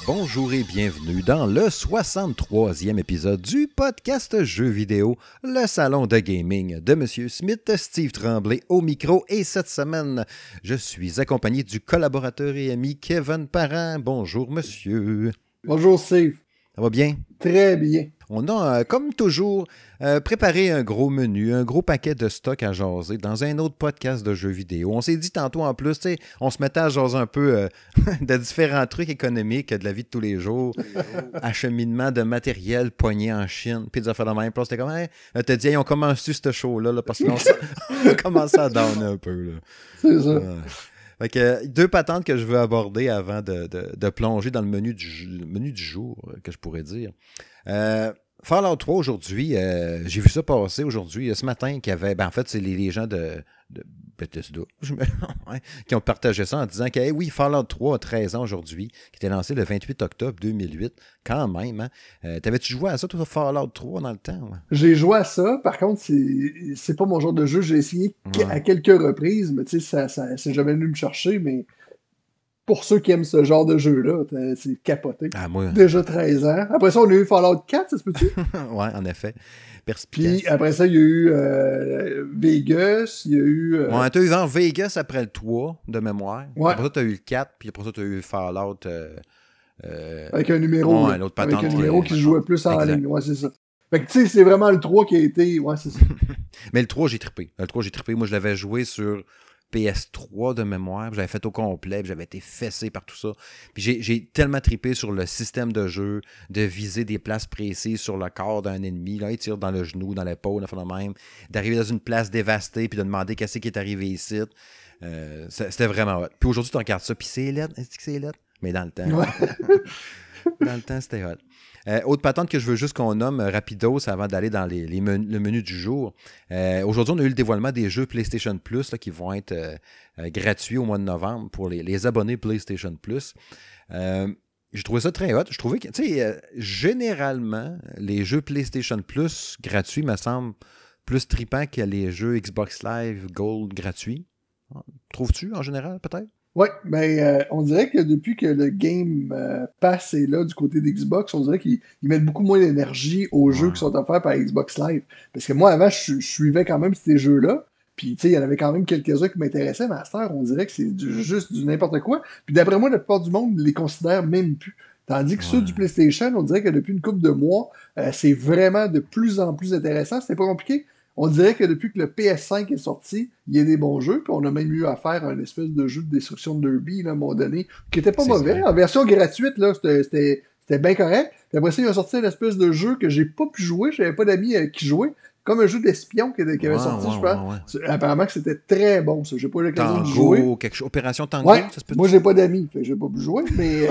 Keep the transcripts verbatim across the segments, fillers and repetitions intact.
Bonjour et bienvenue dans le soixante-troisième épisode du podcast Jeux vidéo, le salon de gaming de M. Smith, Steve Tremblay au micro. Et cette semaine, je suis accompagné du collaborateur et ami Kevin Parent. Bonjour, monsieur. Bonjour, Steve. Ça va bien? Très bien. On a, euh, comme toujours, euh, préparé un gros menu, un gros paquet de stock à jaser dans un autre podcast de jeux vidéo. On s'est dit tantôt en plus, tu sais, on se mettait à jaser un peu euh, de différents trucs économiques de la vie de tous les jours, acheminement de matériel poigné en Chine, puis des affaires de même. Puis là, c'était comme, hey, t'as dit, hey, on commence-tu ce show-là, là, parce qu'on on a commencé à down un peu. Là. C'est ça. Euh, Fait que, deux patentes que je veux aborder avant de, de, de plonger dans le menu du, le menu du jour, que je pourrais dire. Euh, Fallout trois aujourd'hui, euh, j'ai vu ça passer aujourd'hui, ce matin, qu'il y avait, ben en fait, c'est les, les gens de, de Bethesda je me, ouais, qui ont partagé ça en disant que, hey, oui, Fallout trois a treize ans aujourd'hui, qui était lancé le vingt-huit octobre deux mille huit, quand même. Hein? Euh, t'avais-tu joué à ça, toi, Fallout trois, dans le temps? Ouais? J'ai joué à ça, par contre, c'est, c'est pas mon genre de jeu, j'ai essayé ouais. à quelques reprises, mais tu sais, ça, ça, c'est jamais venu me chercher, mais pour ceux qui aiment ce genre de jeu-là, c'est capoté. Ah, moi... Déjà treize ans. Après ça, on a eu Fallout quatre, ça se peut-tu? Ouais, en effet. Perspicace. Puis après ça, il y a eu euh, Vegas, il y a eu... Euh... Ouais, t'as eu dans Vegas après le trois, de mémoire. Ouais. Après ça, t'as eu le quatre, puis après ça, t'as eu Fallout... Euh, euh... Avec un numéro, ouais, l'autre patente, avec un numéro qui se jouait plus en exact. ligne. Ouais, c'est ça. Fait que tu sais, c'est vraiment le trois qui a été... Ouais, c'est ça. Mais le trois, j'ai trippé. Le trois, j'ai trippé. Moi, je l'avais joué sur... P S trois de mémoire, j'avais fait au complet, j'avais été fessé par tout ça. Puis j'ai, j'ai tellement trippé sur le système de jeu, de viser des places précises sur le corps d'un ennemi, là, il tire dans le genou, dans l'épaule, enfin de même, d'arriver dans une place dévastée, puis de demander qu'est-ce qui est arrivé ici. Euh, c'était vraiment hot. Puis aujourd'hui, tu regardes ça, puis c'est laid, est-ce que c'est laid? Mais dans le temps, ouais. dans le temps, c'était hot. Euh, autre patente que je veux juste qu'on nomme euh, rapidos avant d'aller dans les, les men- le menu du jour. Euh, aujourd'hui, on a eu le dévoilement des jeux PlayStation Plus là, qui vont être euh, euh, gratuits au mois de novembre pour les, les abonnés PlayStation Plus. Euh, j'ai trouvé ça très hot. Je trouvais que, tu sais, euh, généralement, les jeux PlayStation Plus gratuits me semblent plus tripants que les jeux Xbox Live Gold gratuits. Trouves-tu, en général, peut-être? Oui, ben, euh, on dirait que depuis que le Game euh, Pass est là du côté d'Xbox, on dirait qu'ils mettent beaucoup moins d'énergie aux ouais. jeux qui sont offerts par Xbox Live. Parce que moi, avant, je, je suivais quand même ces jeux-là. Puis, tu sais, il y en avait quand même quelques-uns qui m'intéressaient, mais à cette heure, on dirait que c'est du, juste du n'importe quoi. Puis d'après moi, la plupart du monde les considère même plus. Tandis que ouais. ceux du PlayStation, on dirait que depuis une couple de mois, euh, c'est vraiment de plus en plus intéressant. C'était pas compliqué. On dirait que depuis que le P S cinq est sorti, il y a des bons jeux, puis on a même eu à faire un espèce de jeu de destruction de Derby, là, à un moment donné, qui était pas c'est mauvais. Vrai. En version gratuite, là, c'était, c'était, c'était bien correct. Puis après ça, ils ont sorti une espèce de jeu que j'ai pas pu jouer, j'avais pas d'amis avec qui jouer, comme un jeu d'espion qui, qui avait ouais, sorti, ouais, je pense. Ouais, ouais. Apparemment que c'était très bon, ça. J'ai pas eu l'occasion de jouer. Quelque chose, Opération Tango, ouais. ça se peut. Moi, j'ai pas d'amis, fait que j'ai pas pu jouer, mais...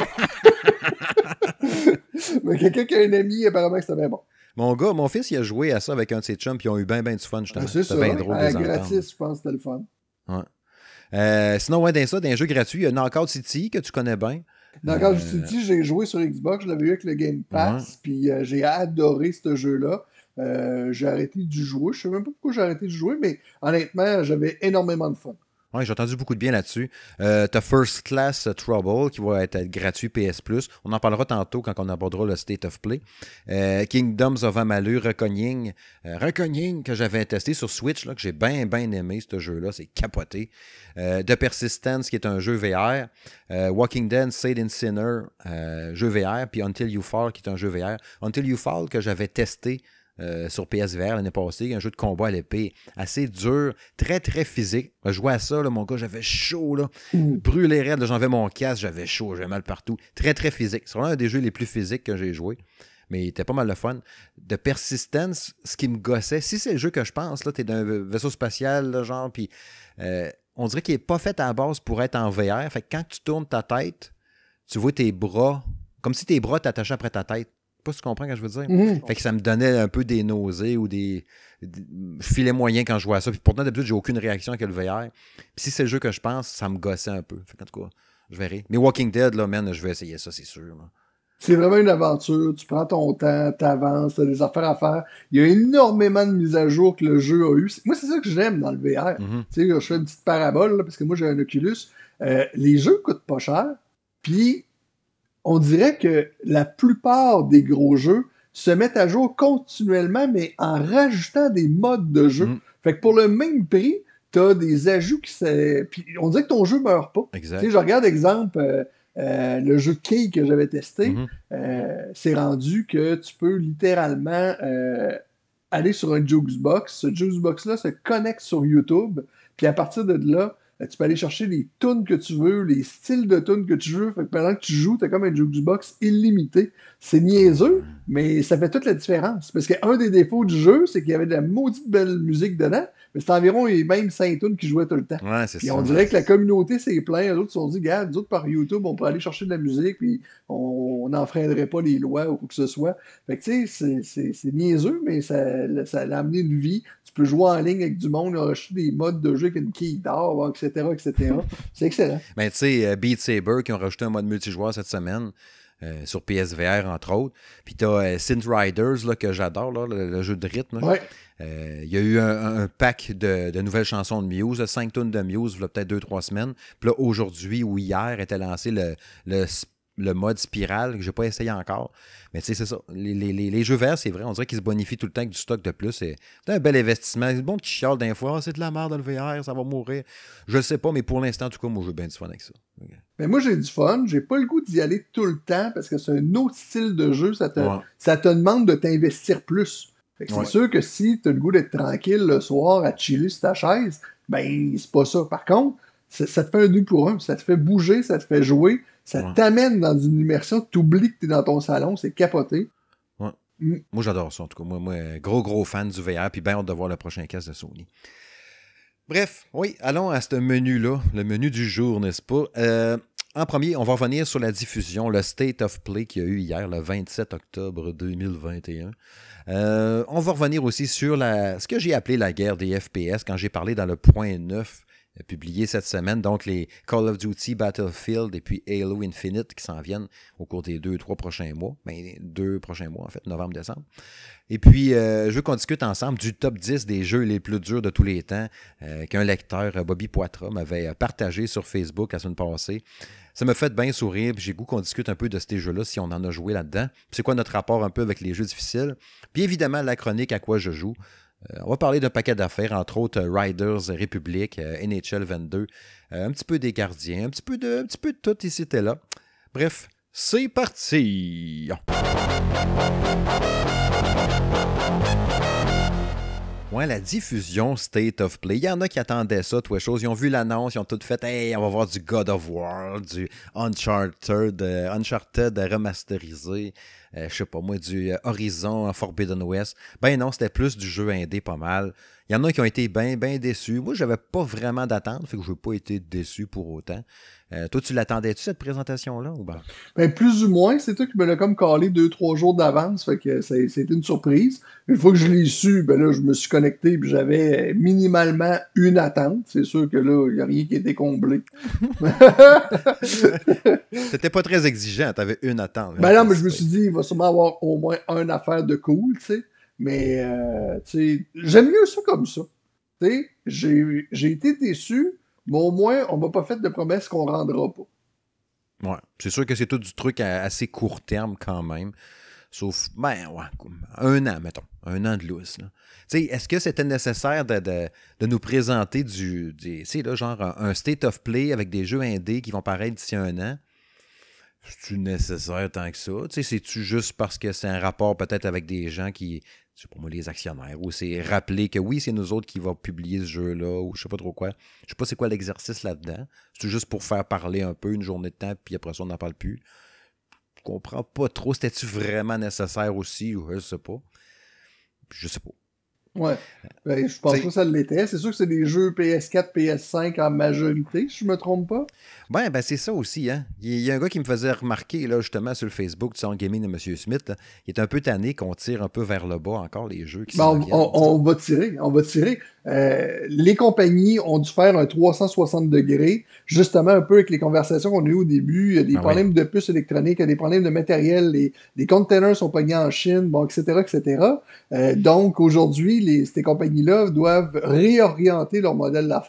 mais quelqu'un qui a un ami, apparemment que c'était bien bon. Mon gars, mon fils, il a joué à ça avec un de ses chums, puis ils ont eu bien, bien du fun, justement. Ah, c'est c'était ça, bien drôle à de les gratis, entendre. je pense que c'était le fun. Ouais. Euh, sinon, ouais, dans ça, dans un jeu gratuit, il y a Knockout City, que tu connais bien. Knockout euh... City, j'ai joué sur Xbox, je l'avais eu avec le Game Pass, ouais. Puis euh, j'ai adoré ce jeu-là. Euh, j'ai arrêté de jouer, je sais même pas pourquoi j'ai arrêté de jouer, mais honnêtement, j'avais énormément de fun. Oui, j'ai entendu beaucoup de bien là-dessus. Euh, t'as First Class Trouble qui va être gratuit P S Plus. On en parlera tantôt quand on abordera le State of Play. Euh, Kingdoms of Amalur Reckoning. Euh, Reckoning que j'avais testé sur Switch, là, que j'ai bien, bien aimé ce jeu-là. C'est capoté. Euh, The Persistence qui est un jeu V R. Euh, Walking Dead, Saint and Sinner, euh, jeu V R. Puis Until You Fall qui est un jeu V R. Until You Fall que j'avais testé Euh, sur P S V R l'année passée, un jeu de combat à l'épée assez dur, très très physique. Je jouais à ça, là, mon gars, j'avais chaud, là. Mm. Brûlé raide, là, j'enlevais mon casque, j'avais chaud, j'avais mal partout. Très très physique. C'est vraiment un des jeux les plus physiques que j'ai joué. Mais il était pas mal le fun. De Persistence, ce qui me gossait, si c'est le jeu que je pense, là, t'es dans un vaisseau spatial, là, genre, puis euh, on dirait qu'il est pas fait à la base pour être en V R. Fait que quand tu tournes ta tête, tu vois tes bras, comme si tes bras t'attachaient après ta tête. Pas si tu comprends ce que je veux dire. Mm-hmm. Fait que ça me donnait un peu des nausées ou des... des je filais moyen quand je vois ça. Puis pourtant, d'habitude, j'ai aucune réaction avec le V R. Puis si c'est le jeu que je pense, ça me gossait un peu. Fait qu'en tout cas, je verrai. Mais Walking Dead, là, man, je vais essayer ça, c'est sûr. Là. C'est vraiment une aventure. Tu prends ton temps, t'avances, t'as des affaires à faire. Il y a énormément de mises à jour que le jeu a eu. Moi, c'est ça que j'aime dans le V R. Mm-hmm. Tu sais, je fais une petite parabole, là, parce que moi, j'ai un Oculus. Euh, les jeux coûtent pas cher. Puis... on dirait que la plupart des gros jeux se mettent à jour continuellement, mais en rajoutant des modes de jeu. Mm. Fait que pour le même prix, t'as des ajouts qui se... Puis on dirait que ton jeu meurt pas. Exact. Tu sais, je regarde, exemple, euh, euh, le jeu Key que j'avais testé, Mm-hmm. euh, c'est rendu que tu peux littéralement euh, aller sur un Jukebox. Ce Jukebox-là se connecte sur YouTube, puis à partir de là, tu peux aller chercher les tunes que tu veux, les styles de tunes que tu veux. Fait que pendant que tu joues, t'as comme un jukebox illimité. C'est niaiseux, mais ça fait toute la différence. Parce qu'un des défauts du jeu, c'est qu'il y avait de la maudite belle musique dedans, mais c'est environ les mêmes cinq tunes qui jouaient tout le temps. Ouais, c'est puis ça. on dirait que la communauté s'est plaint. Les autres se sont dit, regarde, nous autres par YouTube, on peut aller chercher de la musique, puis on n'enfreindrait pas les lois ou quoi que ce soit. Fait que tu sais, c'est niaiseux, mais ça, ça a amené une vie. Tu peux jouer en ligne avec du monde, acheter des modes de jeu avec une quille d'or, et cetera, et cetera. C'est excellent. Ben, tu sais, Beat Saber qui ont rajouté un mode multijoueur cette semaine, euh, sur P S V R, entre autres. Puis tu as euh, Synth Riders, là, que j'adore, là, le, le jeu de rythme. Ouais. Euh, il y a eu un, un pack de, de nouvelles chansons de Muse, cinq tonnes de Muse, il y a peut-être deux trois semaines. Puis là, aujourd'hui ou hier, était lancé le, le le mode spirale que je n'ai pas essayé encore. Mais tu sais, c'est ça. Les, les, les jeux verts, c'est vrai, on dirait qu'ils se bonifient tout le temps avec du stock de plus. C'est un bel investissement. C'est bon qu'ils chialent d'un fois. Oh, c'est de la merde dans le V R, ça va mourir. Je ne sais pas, mais pour l'instant, en tout cas, moi, je veux bien du fun avec ça. Okay. Mais moi, j'ai du fun. J'ai pas le goût d'y aller tout le temps parce que c'est un autre style de jeu. Ça te, ouais. ça te demande de t'investir plus. C'est ouais. sûr que si tu as le goût d'être tranquille le soir à chiller sur ta chaise, ben, c'est pas ça. Par contre, ça te fait un deux pour un. Ça te fait bouger, ça te fait jouer. Ça ouais. t'amène dans une immersion, tu oublies que tu es dans ton salon, c'est capoté. Ouais. Mm. Moi, j'adore ça, en tout cas. Moi, moi, gros, gros fan du V R, puis bien hâte de voir le prochain casque de Sony. Bref, oui, allons à ce menu-là, le menu du jour, n'est-ce pas? Euh, en premier, on va revenir sur la diffusion, le State of Play qu'il y a eu hier, le vingt-sept octobre deux mille vingt et un. Euh, on va revenir aussi sur la, ce que j'ai appelé la guerre des F P S quand j'ai parlé dans le point neuf publié cette semaine, donc les Call of Duty, Battlefield et puis Halo Infinite qui s'en viennent au cours des deux, trois prochains mois, ben deux prochains mois en fait, novembre, décembre. Et puis, euh, je veux qu'on discute ensemble du top dix des jeux les plus durs de tous les temps euh, qu'un lecteur, Bobby Poitras, m'avait partagé sur Facebook la semaine passée. Ça me fait bien sourire, puis j'ai goût qu'on discute un peu de ces jeux-là, si on en a joué là-dedans. Puis c'est quoi notre rapport un peu avec les jeux difficiles. Puis évidemment, la chronique à quoi je joue. Euh, on va parler d'un paquet d'affaires, entre autres euh, Riders Republic, euh, N H L vingt-deux, euh, un petit peu des gardiens, un petit peu de, un petit peu de tout ici et là. Bref, c'est parti! Ouais, la diffusion State of Play. Il y en a qui attendaient ça, toutes les choses. Ils ont vu l'annonce, ils ont tout fait. Hey, on va voir du God of War, du Uncharted, euh, Uncharted remasterisé, euh, je sais pas moi, du euh, Horizon Forbidden West. Ben non, c'était plus du jeu indé pas mal. Il y en a qui ont été bien, bien déçus. Moi, j'avais pas vraiment d'attente, fait que je n'ai pas été déçu pour autant. Euh, toi, tu l'attendais-tu, cette présentation-là, ou ben? Ben, plus ou moins. C'est toi qui me l'as comme calé deux, trois jours d'avance, fait que c'était une surprise. Une fois que je l'ai su, ben là, je me suis connecté et j'avais minimalement une attente. C'est sûr que là, il n'y a rien qui était comblé. T'étais pas très exigeant, t'avais une attente. Ben non, mais je me suis dit, il va sûrement avoir au moins une affaire de cool, tu sais. Mais, euh, tu sais, j'aime mieux ça comme ça. Tu sais, j'ai, j'ai été déçu, mais au moins, on m'a pas fait de promesses qu'on rendra pas. Ouais, c'est sûr que c'est tout du truc à assez court terme quand même. Sauf, ben ouais, un an, mettons. Un an de lousse. Tu sais, est-ce que c'était nécessaire de, de, de nous présenter du, du tu sais, là, genre un, un State of Play avec des jeux indés qui vont paraître d'ici un an? C'est-tu nécessaire tant que ça? Tu sais, c'est-tu juste parce que c'est un rapport peut-être avec des gens qui, je sais pas moi, les actionnaires, ou c'est rappeler que oui, c'est nous autres qui va publier ce jeu-là, ou je sais pas trop quoi. Je sais pas c'est quoi l'exercice là-dedans. C'est juste pour faire parler un peu une journée de temps, puis après ça, on n'en parle plus. Je comprends pas trop. C'était-tu vraiment nécessaire aussi, ou je sais pas. Je sais pas. Ouais. Ben, je pense pas que ça l'était. C'est sûr que c'est des jeux P S quatre, P S cinq en majorité, si je me trompe pas. Ouais, ben c'est ça aussi, hein. Il y a un gars qui me faisait remarquer, là, justement, sur le Facebook du Sound Gaming de M. Smith, là, il est un peu tanné qu'on tire un peu vers le bas encore les jeux qui ben, s'en on, viennent. On, on va tirer, on va tirer. Euh, les compagnies ont dû faire un trois cent soixante degrés, justement un peu avec les conversations qu'on a eues au début. Il y a des ah problèmes oui. de puces électroniques, il y a des problèmes de matériel, les, les containers sont pognés en Chine, bon, et cetera, et cetera. Euh, donc, aujourd'hui, les, ces compagnies-là doivent réorienter leur modèle d'affaires.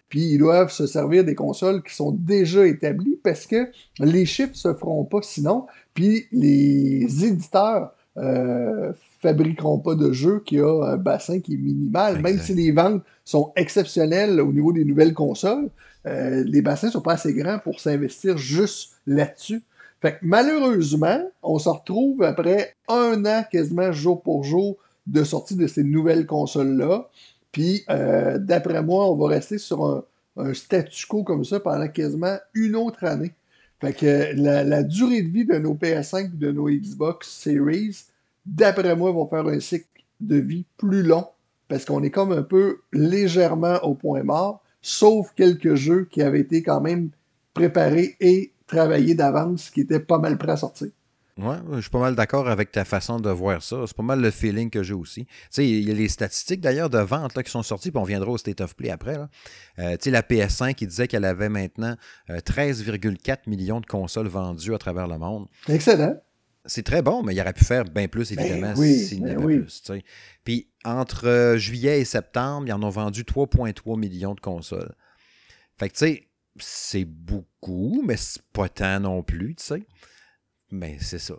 puis ils doivent se servir des consoles qui sont déjà établies parce que les chiffres se feront pas sinon, puis les éditeurs euh, fabriqueront pas de jeu qui a un bassin qui est minimal, Exact. même si les ventes sont exceptionnelles au niveau des nouvelles consoles, euh, les bassins sont pas assez grands pour s'investir juste là-dessus. Fait que malheureusement, on se retrouve après un an quasiment jour pour jour de sortie de ces nouvelles consoles-là. Puis, euh, d'après moi, on va rester sur un, un statu quo comme ça pendant quasiment une autre année. Fait que la, la durée de vie de nos P S cinq et de nos Xbox Series, d'après moi, vont faire un cycle de vie plus long parce qu'on est comme un peu légèrement au point mort, sauf quelques jeux qui avaient été quand même préparés et travaillés d'avance, qui étaient pas mal prêts à sortir. Ouais, je suis pas mal d'accord avec ta façon de voir ça. C'est pas mal le feeling que j'ai aussi. Tu sais, il y a les statistiques d'ailleurs de vente là, qui sont sorties, puis on viendra au State of Play après. Là. Euh, tu sais, la P S cinq qui disait qu'elle avait maintenant euh, treize virgule quatre millions de consoles vendues à travers le monde. Excellent. C'est très bon, mais il aurait pu faire bien plus, évidemment, ben oui, s'il ben n'avait oui. plus. Tu sais. Puis entre euh, juillet et septembre, ils en ont vendu trois virgule trois millions de consoles. Fait que tu sais, c'est beaucoup, mais c'est pas tant non plus, tu sais. Mais c'est ça.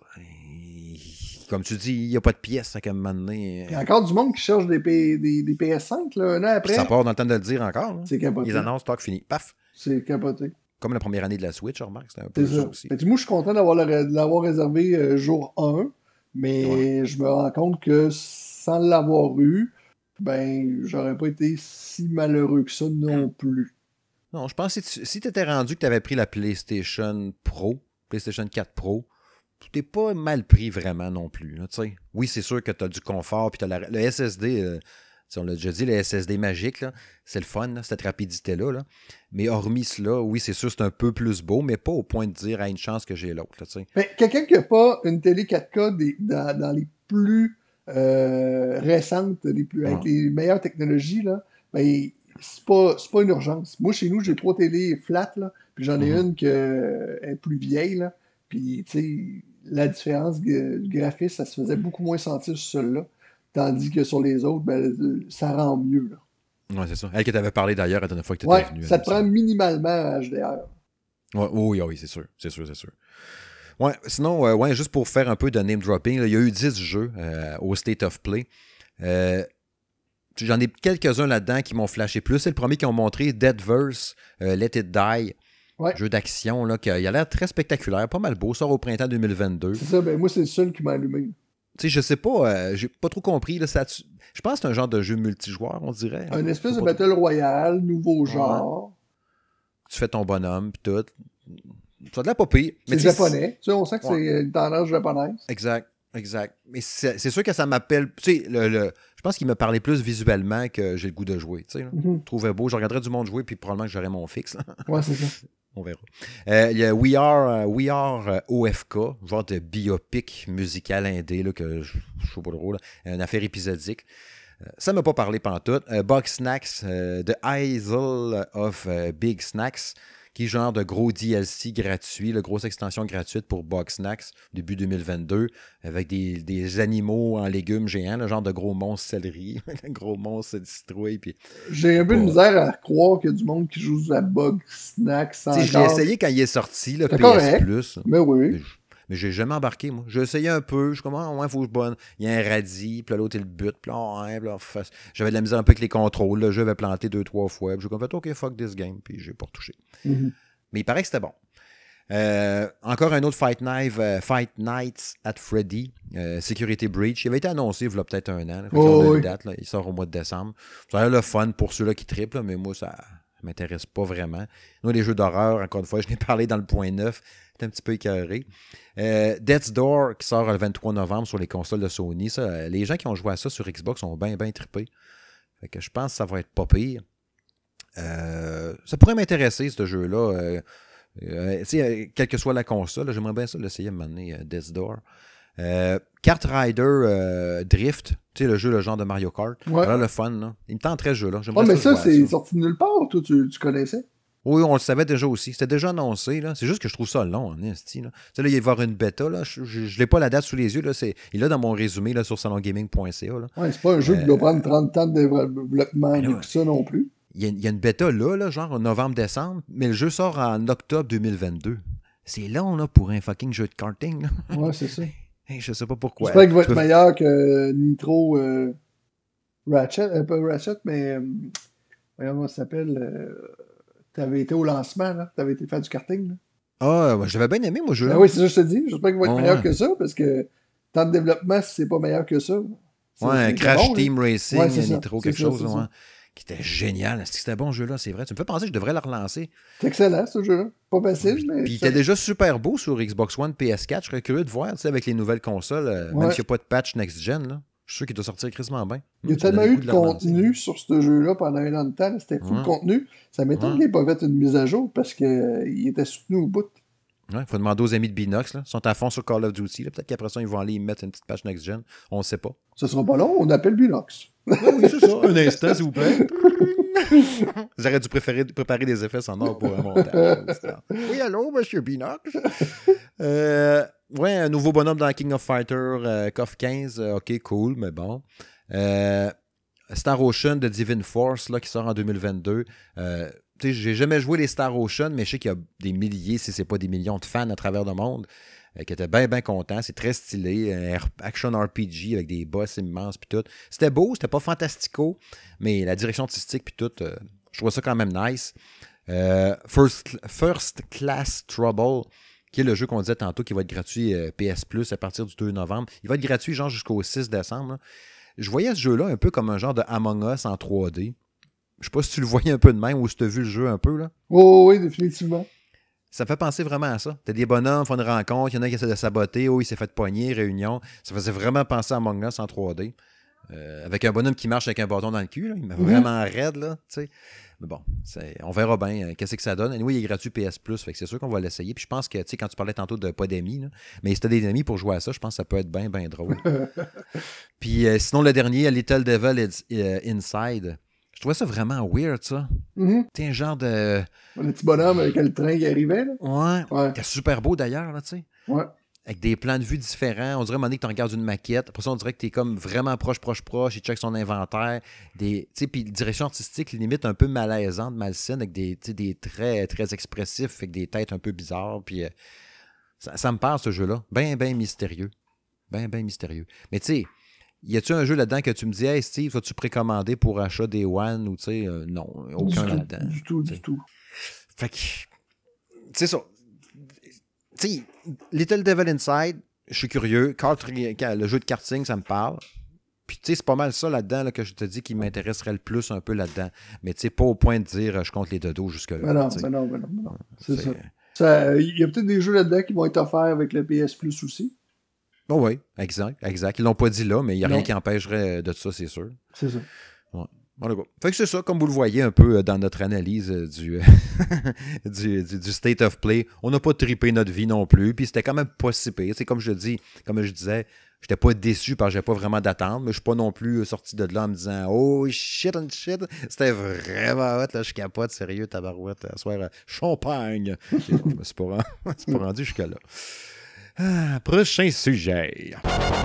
Comme tu dis, il n'y a pas de pièces à un moment donné. Il y a encore du monde qui cherche des, P- des, des P S cinq, là, un an après. Puis ça part dans le temps de le dire encore. Là. C'est capoté. Ils annoncent, stock fini. Paf! C'est capoté. Comme la première année de la Switch, je remarque, c'était un peu C'est ça, ça. aussi. Fait que moi, je suis content d'avoir le- de l'avoir réservé euh, jour un, mais Ouais. je me rends compte que sans l'avoir eu, ben, j'aurais pas été si malheureux que ça non plus. Non, je pense que si tu si étais rendu que tu avais pris la PlayStation Pro, PlayStation quatre Pro, tu t'es pas mal pris vraiment non plus. Là, t'sais. Oui, c'est sûr que tu as du confort, puis tu as le S S D, euh, on l'a déjà dit, le S S D magique, là, c'est le fun, là, cette rapidité-là. Là. Mais hormis cela, oui, c'est sûr, c'est un peu plus beau, mais pas au point de dire à une chance que j'ai l'autre. Là, t'sais. Mais quelqu'un qui n'a pas une télé quatre K des- dans, dans les plus euh, récentes, les plus, avec Ouais. les meilleures technologies, là, ben, c'est pas, c'est pas une urgence. Moi, chez nous, j'ai trois télés flat, là, puis j'en ai Mhm. une qui est plus vieille, là, puis, tu sais, la différence gra- du graphisme, ça se faisait beaucoup moins sentir sur celle-là, tandis que sur les autres, ben, euh, ça rend mieux, là. Ouais, c'est ça. Elle que tu avais parlé d'ailleurs la dernière fois que tu étais Ouais, venu. ça elle, te prend minimalement un H D R. Ouais, oui, oui, c'est sûr. C'est sûr, c'est sûr. Ouais, sinon, euh, ouais, juste pour faire un peu de name dropping, là, il y a eu dix jeux euh, au State of Play. Euh, J'en ai quelques-uns là-dedans qui m'ont flashé plus. C'est le premier qui ont montré Deadverse, euh, Let It Die, Ouais. jeu d'action, là, qui a, il a l'air très spectaculaire, pas mal beau, sort au printemps deux mille vingt-deux. C'est ça, ben moi, c'est le seul qui m'a allumé. Tu sais, je sais pas, euh, j'ai pas trop compris. Là, ça, je pense que c'est un genre de jeu multijoueur, on dirait. Un espèce Faut de pas- Battle Royale, nouveau genre. Tu fais ton bonhomme, puis tout. Ça a de l'air pas pire. C'est tu sais, japonais. Tu sais, on sent que Ouais. c'est une tendance japonaise. Exact, exact. Mais c'est c'est sûr que ça m'appelle. Tu sais, le, le- je pense qu'il me parlait plus visuellement que j'ai le goût de jouer. Tu sais, là. Mhm. Je trouvais beau. Je regarderais du monde jouer, puis probablement que j'aurais mon fixe. Là. Ouais, c'est ça. On verra. Euh, Il y a We Are, euh, We Are euh, O F K, genre de biopic musical indé, là, que je je sais pas trop, là, une affaire épisodique. Euh, ça ne m'a pas parlé pantoute. Euh, Bug Snacks, euh, The Isle of euh, Big Snacks, qui est genre de gros D L C gratuit, la grosse extension gratuite pour Bug Snacks, début deux mille vingt-deux, avec des, des animaux en légumes géants, le genre de gros monstres céleri, gros monstres de citrouille, puis J'ai un peu de Pas- misère à croire qu'il y a du monde qui joue à Bug Snacks Tu sais, je l'ai encore. essayé quand il est sorti, le C'est P S correct. Plus. Mais oui. Mais, je- mais j'ai jamais embarqué, moi. J'ai essayé un peu. Je suis comme, ah, ouais, faut que je bonne. Il y a un radis, puis là, l'autre, il le but. Puis là, ouais, puis là, face- j'avais de la misère un peu avec les contrôles. Le jeu avait planté deux, trois fois. Puis j'ai comme fait, OK, fuck this game. Puis j'ai pas retouché. Mhm. Mais il paraît que c'était bon. Euh, encore un autre Fight Night, euh, Fight Nights at Freddy, euh, Security Breach. Il avait été annoncé il y a peut-être un an. Là, fait Oh, qu'on a oui. une date, là. Il sort au mois de décembre. Ça a l'air le fun pour ceux-là qui triplent, mais moi, ça ne m'intéresse pas vraiment. Nous, les jeux d'horreur, encore une fois, je n'ai parlé dans le point neuf. C'est un petit peu écœuré. Euh, Death's Door, qui sort le vingt-trois novembre sur les consoles de Sony. Ça, euh, les gens qui ont joué à ça sur Xbox ont bien, bien trippé. Fait que je pense que ça va être pas pire. Euh, ça pourrait m'intéresser, ce jeu-là. Euh, euh, tu sais, euh, quelle que soit la console, là, j'aimerais bien ça l'essayer à un moment donné, euh, Death's Door. Euh, Kart Rider euh, Drift, tu sais, le jeu, le genre de Mario Kart. Ouais. Voilà le fun, là. Il me tenterait ce jeu-là. J'aimerais Ouais, mais ça ça, jouer à c'est ça. sorti de nulle part. Toi, tu, tu connaissais. Oui, on le savait déjà aussi. C'était déjà annoncé. Là. C'est juste que je trouve ça long, en esti, là. Tu sais, là, il va y avoir une bêta. Là. Je ne l'ai pas la date sous les yeux. Là. C'est, il est là dans mon résumé là, sur salon gaming point c a. Là. Ouais, c'est pas un jeu qui doit prendre trente ans de développement ben là, que ça non plus. il y, a, il y a une bêta là, là, genre en novembre-décembre, mais le jeu sort en octobre deux mille vingt-deux. C'est long, là, pour un fucking jeu de karting, là. Ouais, c'est ça. Hey, je sais pas pourquoi. J'espère qu'il va Tu être peux- meilleur que Nitro euh, Ratchet. Euh, pas Ratchet, mais. Euh, voyons comment ça s'appelle. Euh, t'avais été au lancement, là. T'avais été faire du karting, là. Ah, ouais, je l'avais bien aimé, moi, ce Ben jeu-là. oui, c'est ça que je te dis. J'espère qu'il va être Ouais, meilleur ouais. que ça, parce que tant de développement, si c'est pas meilleur que ça, c'est Ouais, c'est un c'est Crash bon, là. Team Ouais, Racing, c'est ça. Nitro, C'est quelque ça, chose, c'est là, ça. ouais, qui était génial. Est-ce que c'était un bon jeu-là, c'est vrai. Tu me fais penser que je devrais le relancer. C'est excellent, ce jeu-là. Pas facile, Puis, mais puis il ça. était déjà super beau sur Xbox One, P S quatre. Je serais curieux de voir, tu sais, avec les nouvelles consoles, euh, même Ouais. s'il n'y a pas de patch next-gen, là. Je suis sûr qu'il doit sortir crissement bien. Il y Hum, a tu me donnes tellement le eu goût de de le relancer. contenu sur ce jeu-là pendant un an de temps. là, C'était full Ouais, contenu. Ça m'étonne ouais. qu'il n'ait pas fait une mise à jour parce qu'il était soutenu au bout. Il faut demander aux amis de Binox, là. Ils sont à fond sur Call of Duty, là. Peut-être qu'après ça, ils vont aller y mettre une petite patch next-gen. On ne sait pas. Ce sera pas long, on appelle Binox. Oui, oui, c'est ça. Un instant, s'il vous plaît. J'aurais dû préférer, préparer des effets sonores pour un montage. Oui, allô, monsieur Binox? Euh, ouais, un nouveau bonhomme dans King of Fighters, euh, C O F quinze. euh, ok, cool, mais bon. Euh, Star Ocean de Divine Force, là, qui sort en deux mille vingt-deux. Euh, tu sais, j'ai jamais joué les Star Ocean, mais je sais qu'il y a des milliers, si c'est pas des millions de fans à travers le monde euh, qui étaient bien, bien contents. C'est très stylé. Un R- action R P G avec des boss immenses puis tout. C'était beau, c'était pas fantastico, mais la direction artistique puis tout, euh, je trouve ça quand même nice. Euh, First, First Class Trouble, qui est le jeu qu'on disait tantôt qui va être gratuit euh, P S Plus à partir du deux novembre. Il va être gratuit genre jusqu'au six décembre. Là. Je voyais ce jeu-là un peu comme un genre de Among Us en trois D. Je sais pas si tu le voyais un peu de même ou si tu as vu le jeu un peu, là. Oh, oui, définitivement. Ça fait penser vraiment à ça. T'as des bonhommes, font une rencontre, il y en a qui essaient de saboter, oh, il s'est fait pogner, réunion. Ça faisait vraiment penser à Among Us en trois D. Euh, avec un bonhomme qui marche avec un bâton dans le cul, là. Il met Mhm. vraiment raide, là, tu sais. Mais bon, c'est- on verra bien euh, qu'est-ce que ça donne. Et oui, il est gratuit P S Plus, fait que c'est sûr qu'on va l'essayer. Puis je pense que, tu sais, quand tu parlais tantôt de pas d'amis, là, mais si t'as des amis pour jouer à ça, je pense que ça peut être bien, bien drôle. Puis euh, sinon, le dernier, Little Devil Is- euh, Inside. Je trouvais ça vraiment weird, ça. Mhm. Tu sais, un genre de... Le petit bonhomme avec le train qui arrivait, là. Ouais, Ouais, c'était super beau d'ailleurs, là, tu sais. ouais. Avec des plans de vue différents. On dirait à un moment donné que tu regardes une maquette. Après ça, on dirait que tu es comme vraiment proche, proche, proche. Il check son inventaire. Des, tu sais, puis direction artistique, limite un peu malaisante, malsaine, avec des, tu sais, des traits très expressifs, avec des têtes un peu bizarres. Puis euh, ça, ça me parle, ce jeu-là. Ben, ben mystérieux. Ben, ben mystérieux. Mais tu sais, y a-tu un jeu là-dedans que tu me dis, hey Steve, vas-tu précommander pour achat Day One ou tu sais, euh, non, aucun Du tout, là-dedans. du tout, Tu sais. du tout. Fait que, c'est ça. Tu sais, Little Devil Inside, je suis curieux. Kart- le jeu de karting, ça me parle. Puis, tu sais, c'est pas mal ça là-dedans là, que je te dis qui m'intéresserait le plus un peu là-dedans. Mais, tu sais, pas au point de dire euh, je compte les dodos jusque-là. Ben non, tu sais. ben non, ben non, ben non. C'est C'est- ça. Ça, il y a peut-être des jeux là-dedans qui vont être offerts avec le P S Plus aussi. Oh oui, exact, exact. Ils l'ont pas dit là, mais il n'y a Non. rien qui empêcherait de ça, c'est sûr. C'est ça. Ouais. Bon, le gars. Fait que c'est ça, comme vous le voyez un peu euh, dans notre analyse euh, du, du, du, du State of Play. On n'a pas trippé notre vie non plus, puis c'était quand même pas si pire. C'est comme je dis, comme je disais, j'étais pas déçu parce que j'avais pas vraiment d'attente, mais je suis pas non plus euh, sorti de là en me disant « Oh shit and shit! » C'était vraiment hot, là, je capote, sérieux, tabarouette, à soir, euh, champagne! Et non, je me suis pas rendu, je me suis pas rendu jusque-là. Ah, prochain sujet.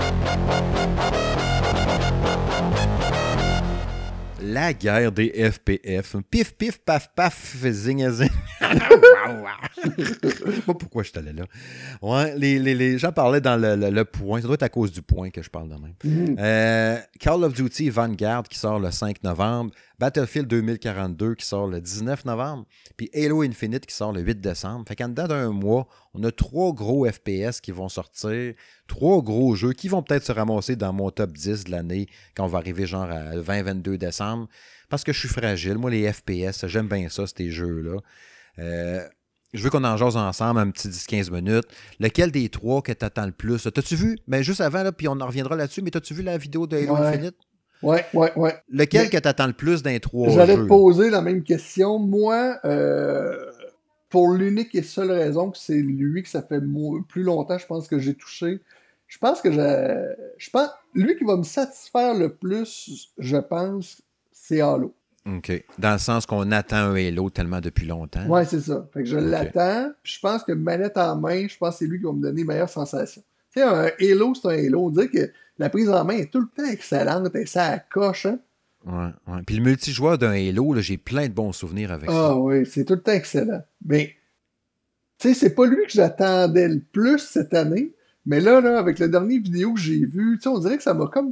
La guerre des F P F. Pif, pif, paf, paf, zing, zing. Je sais pas pourquoi je suis allé là. Ouais, les, les, les gens parlaient dans le, le, le point. Ça doit être à cause du point que je parle de même. Mhm. Euh, Call of Duty Vanguard qui sort le cinq novembre. Battlefield deux mille quarante-deux qui sort le dix-neuf novembre. Puis Halo Infinite qui sort le huit décembre. Fait qu'en dedans d'un mois, on a trois gros F P S qui vont sortir. Trois gros jeux qui vont peut-être se ramasser dans mon top dix de l'année quand on va arriver genre à vingt vingt-deux décembre. Parce que je suis fragile. Moi, les F P S, j'aime bien ça, ces jeux-là. Euh, je veux qu'on en jase ensemble un petit dix quinze minutes. Lequel des trois que tu attends le plus? T'as-tu vu? Ben, juste avant, là, puis on en reviendra là-dessus, mais t'as-tu vu la vidéo de Halo Ouais. Infinite? Ouais, ouais, ouais. Lequel Mais- que t'attends le plus d'un trois J'allais jeux? te poser la même question. Moi, euh, pour l'unique et seule raison que c'est lui que ça fait mo- plus longtemps, je pense que j'ai touché. Je pense que j'ai. Je pense. Lui qui va me satisfaire le plus, je pense, c'est Halo. OK. Dans le sens qu'on attend un Halo tellement depuis longtemps. Ouais, c'est ça. Fait que je Ok. l'attends. Puis je pense que manette en main, je pense que c'est lui qui va me donner les meilleures sensations. Tu sais, un Halo, c'est un Halo. On dirait que la prise en main est tout le temps excellente. Et ça coche, hein? Ouais, ouais. Puis le multijoueur d'un Halo, là, j'ai plein de bons souvenirs avec ça. Ah oui, c'est tout le temps excellent. Mais, tu sais, c'est pas lui que j'attendais le plus cette année. Mais là, là, avec la dernière vidéo que j'ai vue, tu sais, on dirait que ça m'a comme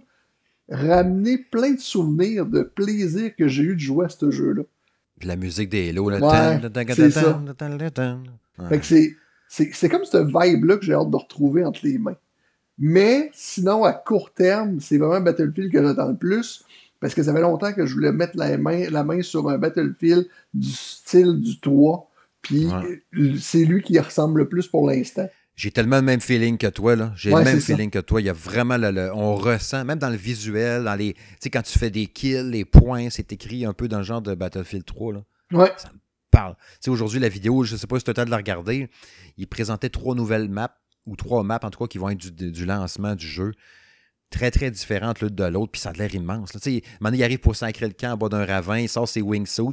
ramené plein de souvenirs, de plaisir que j'ai eu de jouer à ce jeu-là. Puis la musique des Halo, là. Ouais, tan, tan, tan, c'est tan, ça. tan, tan, tan, tan. Fait Ouais. que c'est, c'est, c'est comme cette vibe-là que j'ai hâte de retrouver entre les mains. Mais sinon, à court terme, c'est vraiment Battlefield que j'attends le plus. Parce que ça fait longtemps que je voulais mettre la main, la main sur un Battlefield du style du trois. Puis Ouais. euh, c'est lui qui ressemble le plus pour l'instant. J'ai tellement le même feeling que toi, là. J'ai le Ouais, même c'est ça. feeling que toi. Il y a vraiment le, le- on ressent, même dans le visuel, dans les. Tu sais, quand tu fais des kills, les points, c'est écrit un peu dans le genre de Battlefield trois, là. Ouais. Ça me parle. Tu sais, aujourd'hui, la vidéo, je sais pas si tu as le temps de la regarder. Il présentait trois nouvelles maps, ou trois maps, en tout cas, qui vont être du, du lancement du jeu. Très, très différentes l'une de l'autre, puis ça a l'air immense. Là. Tu sais, maintenant, il arrive pour sacrer le camp en bas d'un ravin, il sort ses wingsuits,